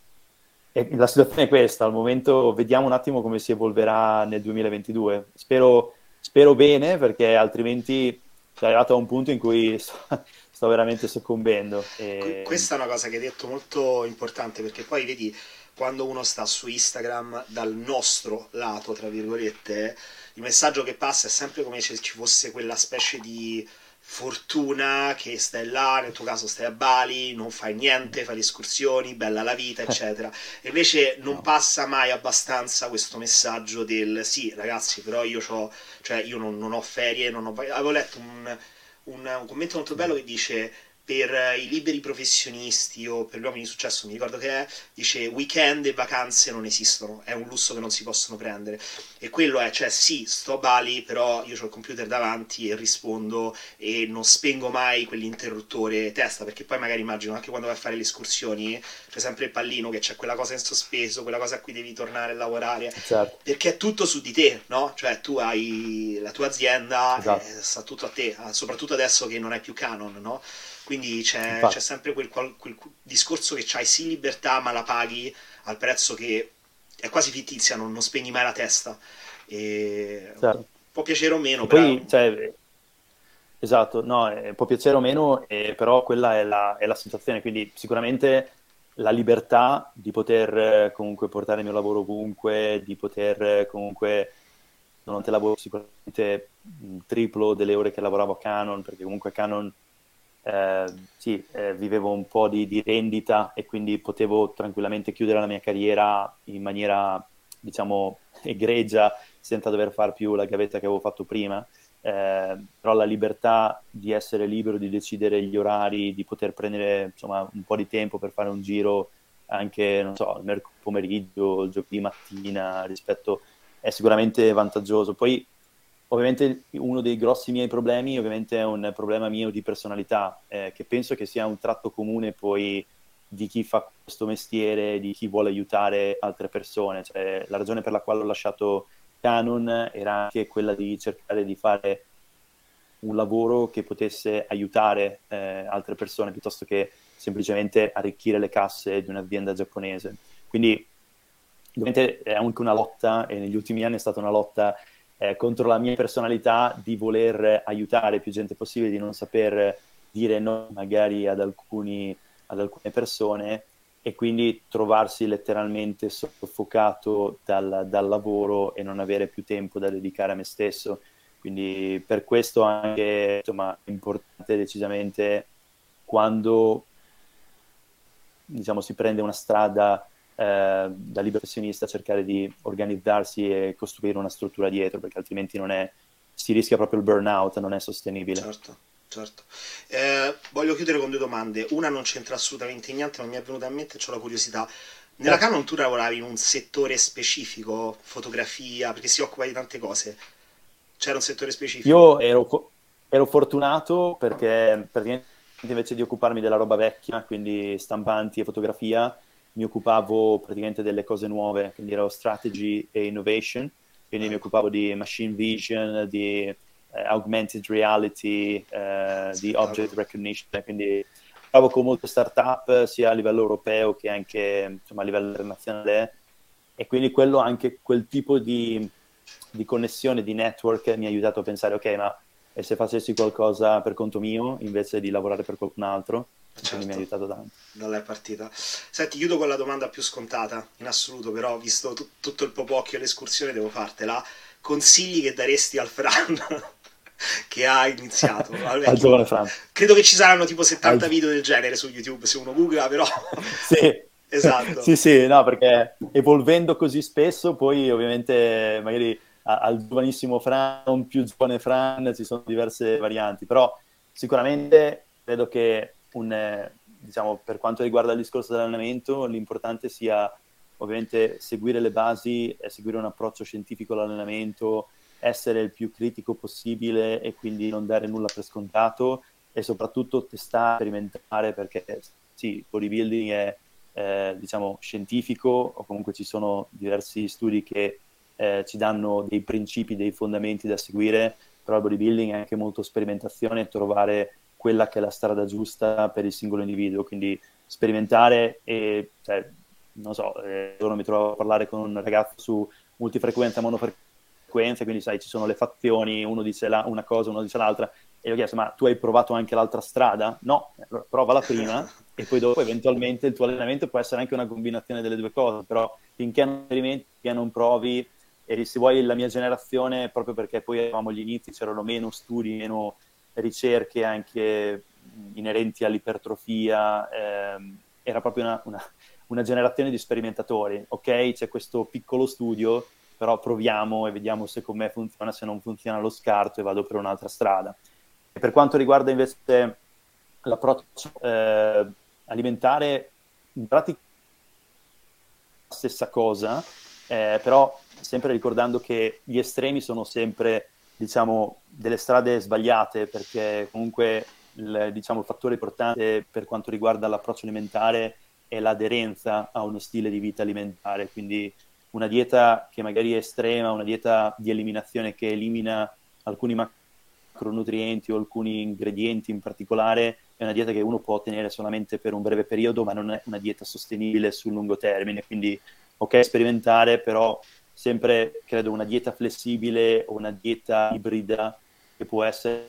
S1: la situazione è questa, al momento vediamo un attimo come si evolverà nel 2022. Spero bene, perché altrimenti Sono arrivato a un punto in cui sto veramente soccombendo.
S2: Questa è una cosa che hai detto molto importante, perché poi vedi, quando uno sta su Instagram dal nostro lato, tra virgolette, il messaggio che passa è sempre come se ci fosse quella specie di fortuna che stai là, nel tuo caso stai a Bali, non fai niente, fai le escursioni, bella la vita, eccetera. E invece non
S1: No,
S2: passa mai abbastanza questo messaggio del sì, ragazzi, però cioè io non ho ferie, non ho... Avevo letto un commento molto bello che dice per i liberi professionisti o per gli uomini di successo, mi ricordo che è, dice weekend e vacanze non esistono, è un lusso che non si possono prendere. E quello è, cioè sì, sto a Bali, però io ho il computer davanti e rispondo e non spengo mai quell'interruttore testa, perché poi magari immagino anche quando vai a fare le escursioni, c'è sempre il pallino che c'è quella cosa in sospeso, quella cosa a cui devi tornare a lavorare,
S1: certo,
S2: perché è tutto su di te, no? Cioè tu hai la tua azienda,
S1: esatto,
S2: sta tutto a te, soprattutto adesso che non hai più Canon, no? Quindi c'è
S1: infatti,
S2: sempre quel discorso che c'hai sì libertà, ma la paghi al prezzo che è quasi fittizia, non spegni mai la testa. E
S1: certo.
S2: può piacere o meno,
S1: E
S2: però
S1: poi, cioè, esatto, no, può piacere o meno, però quella è la sensazione, quindi sicuramente la libertà di poter comunque portare il mio lavoro ovunque, di poter comunque, non te lavoro sicuramente triplo delle ore che lavoravo a Canon, perché comunque Canon, sì, vivevo un po' di rendita e quindi potevo tranquillamente chiudere la mia carriera in maniera, diciamo, egregia, senza dover fare più la gavetta che avevo fatto prima. Però la libertà di essere libero, di decidere gli orari, di poter prendere insomma un po' di tempo per fare un giro anche, non so, il mercoledì pomeriggio, il giovedì mattina, rispetto è sicuramente vantaggioso. Poi ovviamente uno dei grossi miei problemi ovviamente è un problema mio di personalità, che penso che sia un tratto comune poi di chi fa questo mestiere, di chi vuole aiutare altre persone. Cioè, la ragione per la quale ho lasciato Canon era anche quella di cercare di fare un lavoro che potesse aiutare altre persone piuttosto che semplicemente arricchire le casse di un'azienda giapponese. Quindi ovviamente è anche una lotta, e negli ultimi anni è stata una lotta contro la mia personalità di voler aiutare più gente possibile, di non saper dire no magari ad alcune persone e quindi trovarsi letteralmente soffocato dal lavoro e non avere più tempo da dedicare a me stesso. Quindi per questo anche, insomma, è importante decisamente quando, diciamo, si prende una strada da libero professionista cercare di organizzarsi e costruire una struttura dietro, perché altrimenti non è, si rischia proprio il burnout, non è sostenibile.
S2: certo, certo. Voglio chiudere con due domande. Una non c'entra assolutamente niente, ma mi è venuta in mente e ho la curiosità. Nella
S1: Certo.
S2: Canon tu lavoravi in un settore specifico, fotografia, perché si occupa di tante cose. C'era un settore specifico?
S1: Ero fortunato perché praticamente invece di occuparmi della roba vecchia, quindi stampanti e fotografia, mi occupavo praticamente delle cose nuove, quindi ero strategy e innovation, quindi mi
S2: Ecco,
S1: occupavo di machine vision, di augmented reality, di object
S2: spettacolo.
S1: recognition, quindi lavoravo con molte startup sia a livello europeo che anche insomma, a livello internazionale e quindi quello anche quel tipo di connessione, di network mi ha aiutato a pensare, ok, ma e se facessi qualcosa per conto mio invece di lavorare per qualcun altro? E quindi mi ha
S2: Certo,
S1: aiutato tanto.
S2: da là è partita. Senti, chiudo con la domanda più scontata in assoluto, però visto tutto il popocchio e l'escursione devo fartela. Consigli che daresti al Fran che ha iniziato? Vabbè,
S1: Al
S2: tipo,
S1: giovane Fran.
S2: credo che ci saranno tipo
S1: Al
S2: 70
S1: gio-
S2: video del genere su YouTube se uno googla, però...
S1: Sì,
S2: Esatto,
S1: sì, sì, no, perché evolvendo così spesso, poi ovviamente magari al giovanissimo Fran, un più giovane Fran, ci sono diverse varianti, però sicuramente credo che diciamo, per quanto riguarda il discorso dell'allenamento, l'importante sia ovviamente seguire le basi, seguire un approccio scientifico all'allenamento, essere il più critico possibile e quindi non dare nulla per scontato e soprattutto testare, sperimentare, perché sì, il bodybuilding è diciamo scientifico o comunque ci sono diversi studi che ci danno dei principi, dei fondamenti da seguire, però il bodybuilding è anche molto sperimentazione e trovare quella che è la strada giusta per il singolo individuo, quindi sperimentare e, cioè, non so, ora mi trovo a parlare con un ragazzo su multifrequenza, monofrequenza, quindi sai, ci sono le fazioni, uno dice una cosa, uno dice l'altra, E gli ho chiesto, ma tu hai provato anche l'altra strada? No, allora provala prima e poi dopo eventualmente il tuo allenamento può essere anche una combinazione delle due cose, però finché non sperimenti, finché non provi, e se vuoi la mia generazione, proprio perché poi eravamo agli inizi, c'erano meno studi, meno ricerche anche inerenti all'ipertrofia, era proprio una generazione di sperimentatori. Ok, c'è questo piccolo studio, però proviamo e vediamo se con me funziona, se non funziona lo scarto e vado per un'altra strada. E per quanto riguarda invece l'approccio alimentare, in pratica la stessa cosa, però sempre ricordando che gli estremi sono sempre, diciamo, delle strade sbagliate, perché comunque diciamo, il fattore importante per quanto riguarda l'approccio alimentare è l'aderenza a uno stile di vita alimentare, quindi una dieta che magari è estrema, una dieta di eliminazione che elimina alcuni macronutrienti o alcuni ingredienti in particolare, è una dieta che uno può ottenere solamente per un breve periodo, ma non è una dieta sostenibile sul lungo termine. Quindi, ok, sperimentare, però sempre, credo, una dieta flessibile o una dieta ibrida, che può essere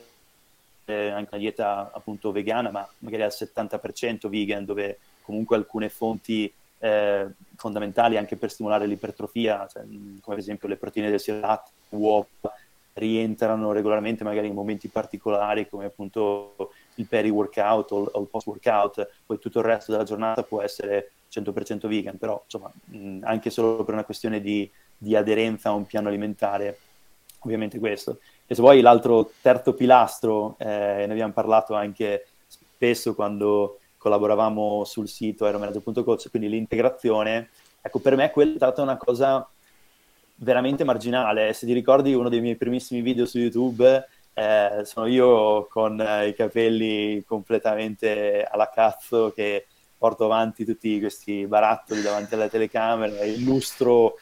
S1: anche una dieta appunto vegana, ma magari al 70% vegan, dove comunque alcune fonti fondamentali anche per stimolare l'ipertrofia, cioè, come ad esempio le proteine del latte, uova, rientrano regolarmente magari in momenti particolari come appunto il peri-workout o il post-workout, poi tutto il resto della giornata può essere 100% vegan, però insomma anche solo per una questione di aderenza a un piano alimentare, ovviamente questo. E se vuoi l'altro terzo pilastro, ne abbiamo parlato anche spesso quando collaboravamo sul sito aeromanager.coach, quindi l'integrazione, ecco, per me quella è stata una cosa veramente marginale. Se ti ricordi uno dei miei primissimi video su YouTube, sono io con i capelli completamente alla cazzo che porto avanti tutti questi barattoli davanti alla telecamera, illustro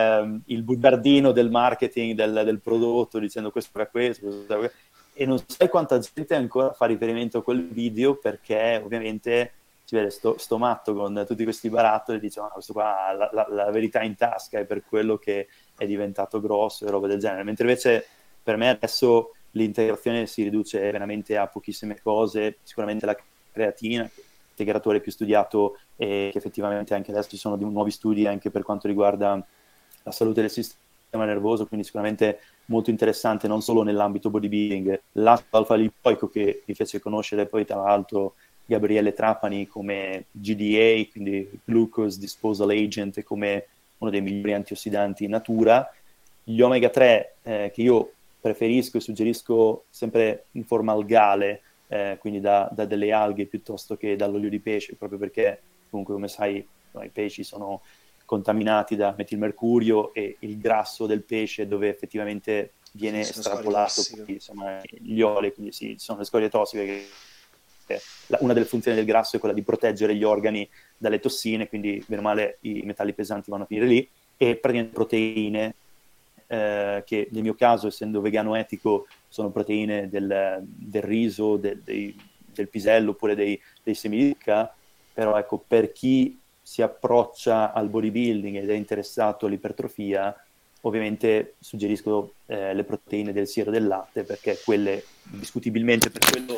S1: il bugiardino del marketing del prodotto dicendo questo era questo, e non sai quanta gente ancora fa riferimento a quel video perché ovviamente si vede sto matto con tutti questi barattoli e dice ma questo qua ha la verità in tasca, è per quello che è diventato grosso e roba del genere, mentre invece per me adesso l'integrazione si riduce veramente a pochissime cose, sicuramente la creatina, integratore più studiato e che effettivamente anche adesso ci sono nuovi studi anche per quanto riguarda la salute del sistema nervoso, quindi sicuramente molto interessante non solo nell'ambito bodybuilding, l'acido alfa-lipoico che mi fece conoscere poi tra l'altro Gabriele Trapani come GDA, quindi Glucose Disposal Agent, come uno dei migliori antiossidanti in natura. Gli omega 3 che io preferisco e suggerisco sempre in forma algale, quindi da delle alghe piuttosto che dall'olio di pesce, proprio perché comunque come sai no, i pesci sono contaminati da metilmercurio e il grasso del pesce dove effettivamente viene estrapolato poi, insomma, gli oli, quindi sì, sono le scorie tossiche che una delle funzioni del grasso è quella di proteggere gli organi dalle tossine, quindi bene o male i metalli pesanti vanno a finire lì, e praticamente proteine che nel mio caso, essendo vegano etico, sono proteine del riso, del pisello oppure dei semi di zucca, però ecco, per chi si approccia al bodybuilding ed è interessato all'ipertrofia, ovviamente suggerisco le proteine del siero del latte, perché quelle, discutibilmente,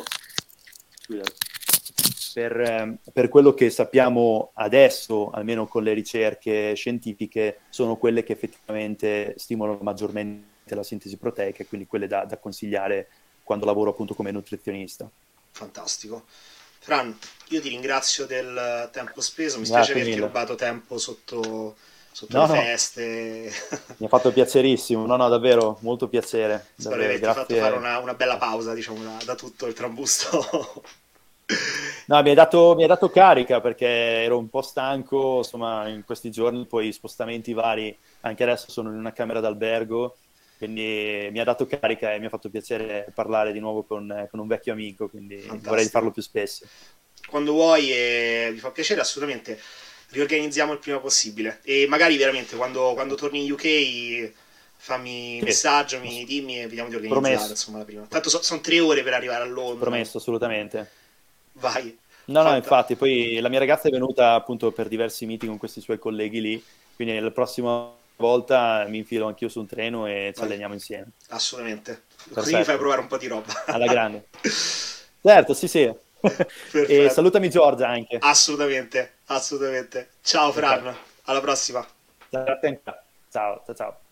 S1: per quello che sappiamo adesso, almeno con le ricerche scientifiche, sono quelle che effettivamente stimolano maggiormente la sintesi proteica e quindi quelle da consigliare quando lavoro appunto come nutrizionista.
S2: Fantastico. Fran, io ti ringrazio del tempo speso, mi spiace
S1: Grazie
S2: averti
S1: mille.
S2: rubato tempo sotto le
S1: No, no,
S2: feste.
S1: mi ha fatto piacerissimo. No, no, davvero, molto piacere.
S2: Spero di
S1: Davvero,
S2: averti fatto fare
S1: grazie.
S2: una bella pausa, diciamo, da tutto il trambusto.
S1: No, mi hai dato carica perché ero un po' stanco, insomma, in questi giorni, poi spostamenti vari, anche adesso sono in una camera d'albergo, quindi mi ha dato carica e mi ha fatto piacere parlare di nuovo con un vecchio amico, quindi vorrei farlo
S2: Fantastico.
S1: più spesso.
S2: Quando vuoi e vi fa piacere, assolutamente riorganizziamo il prima possibile. E magari veramente quando torni in UK fammi un
S1: Sì,
S2: messaggio, dimmi e vediamo di organizzare,
S1: promesso,
S2: insomma, la prima. Tanto sono 3 ore per arrivare a Londra.
S1: promesso, assolutamente.
S2: Vai.
S1: No, no, infatti, poi la mia ragazza è venuta appunto per diversi meeting con questi suoi colleghi lì, quindi la prossima volta mi infilo anch'io su un treno e ci
S2: Vai.
S1: alleniamo insieme.
S2: Assolutamente. Così mi fai
S1: Perfetto,
S2: provare un po' di roba.
S1: alla grande. Certo, sì, sì. E
S2: Perfetto.
S1: salutami Giorgia anche.
S2: Assolutamente, assolutamente. Ciao Fran,
S1: Perfetto.
S2: alla prossima.
S1: Ciao, ciao, ciao. Ciao.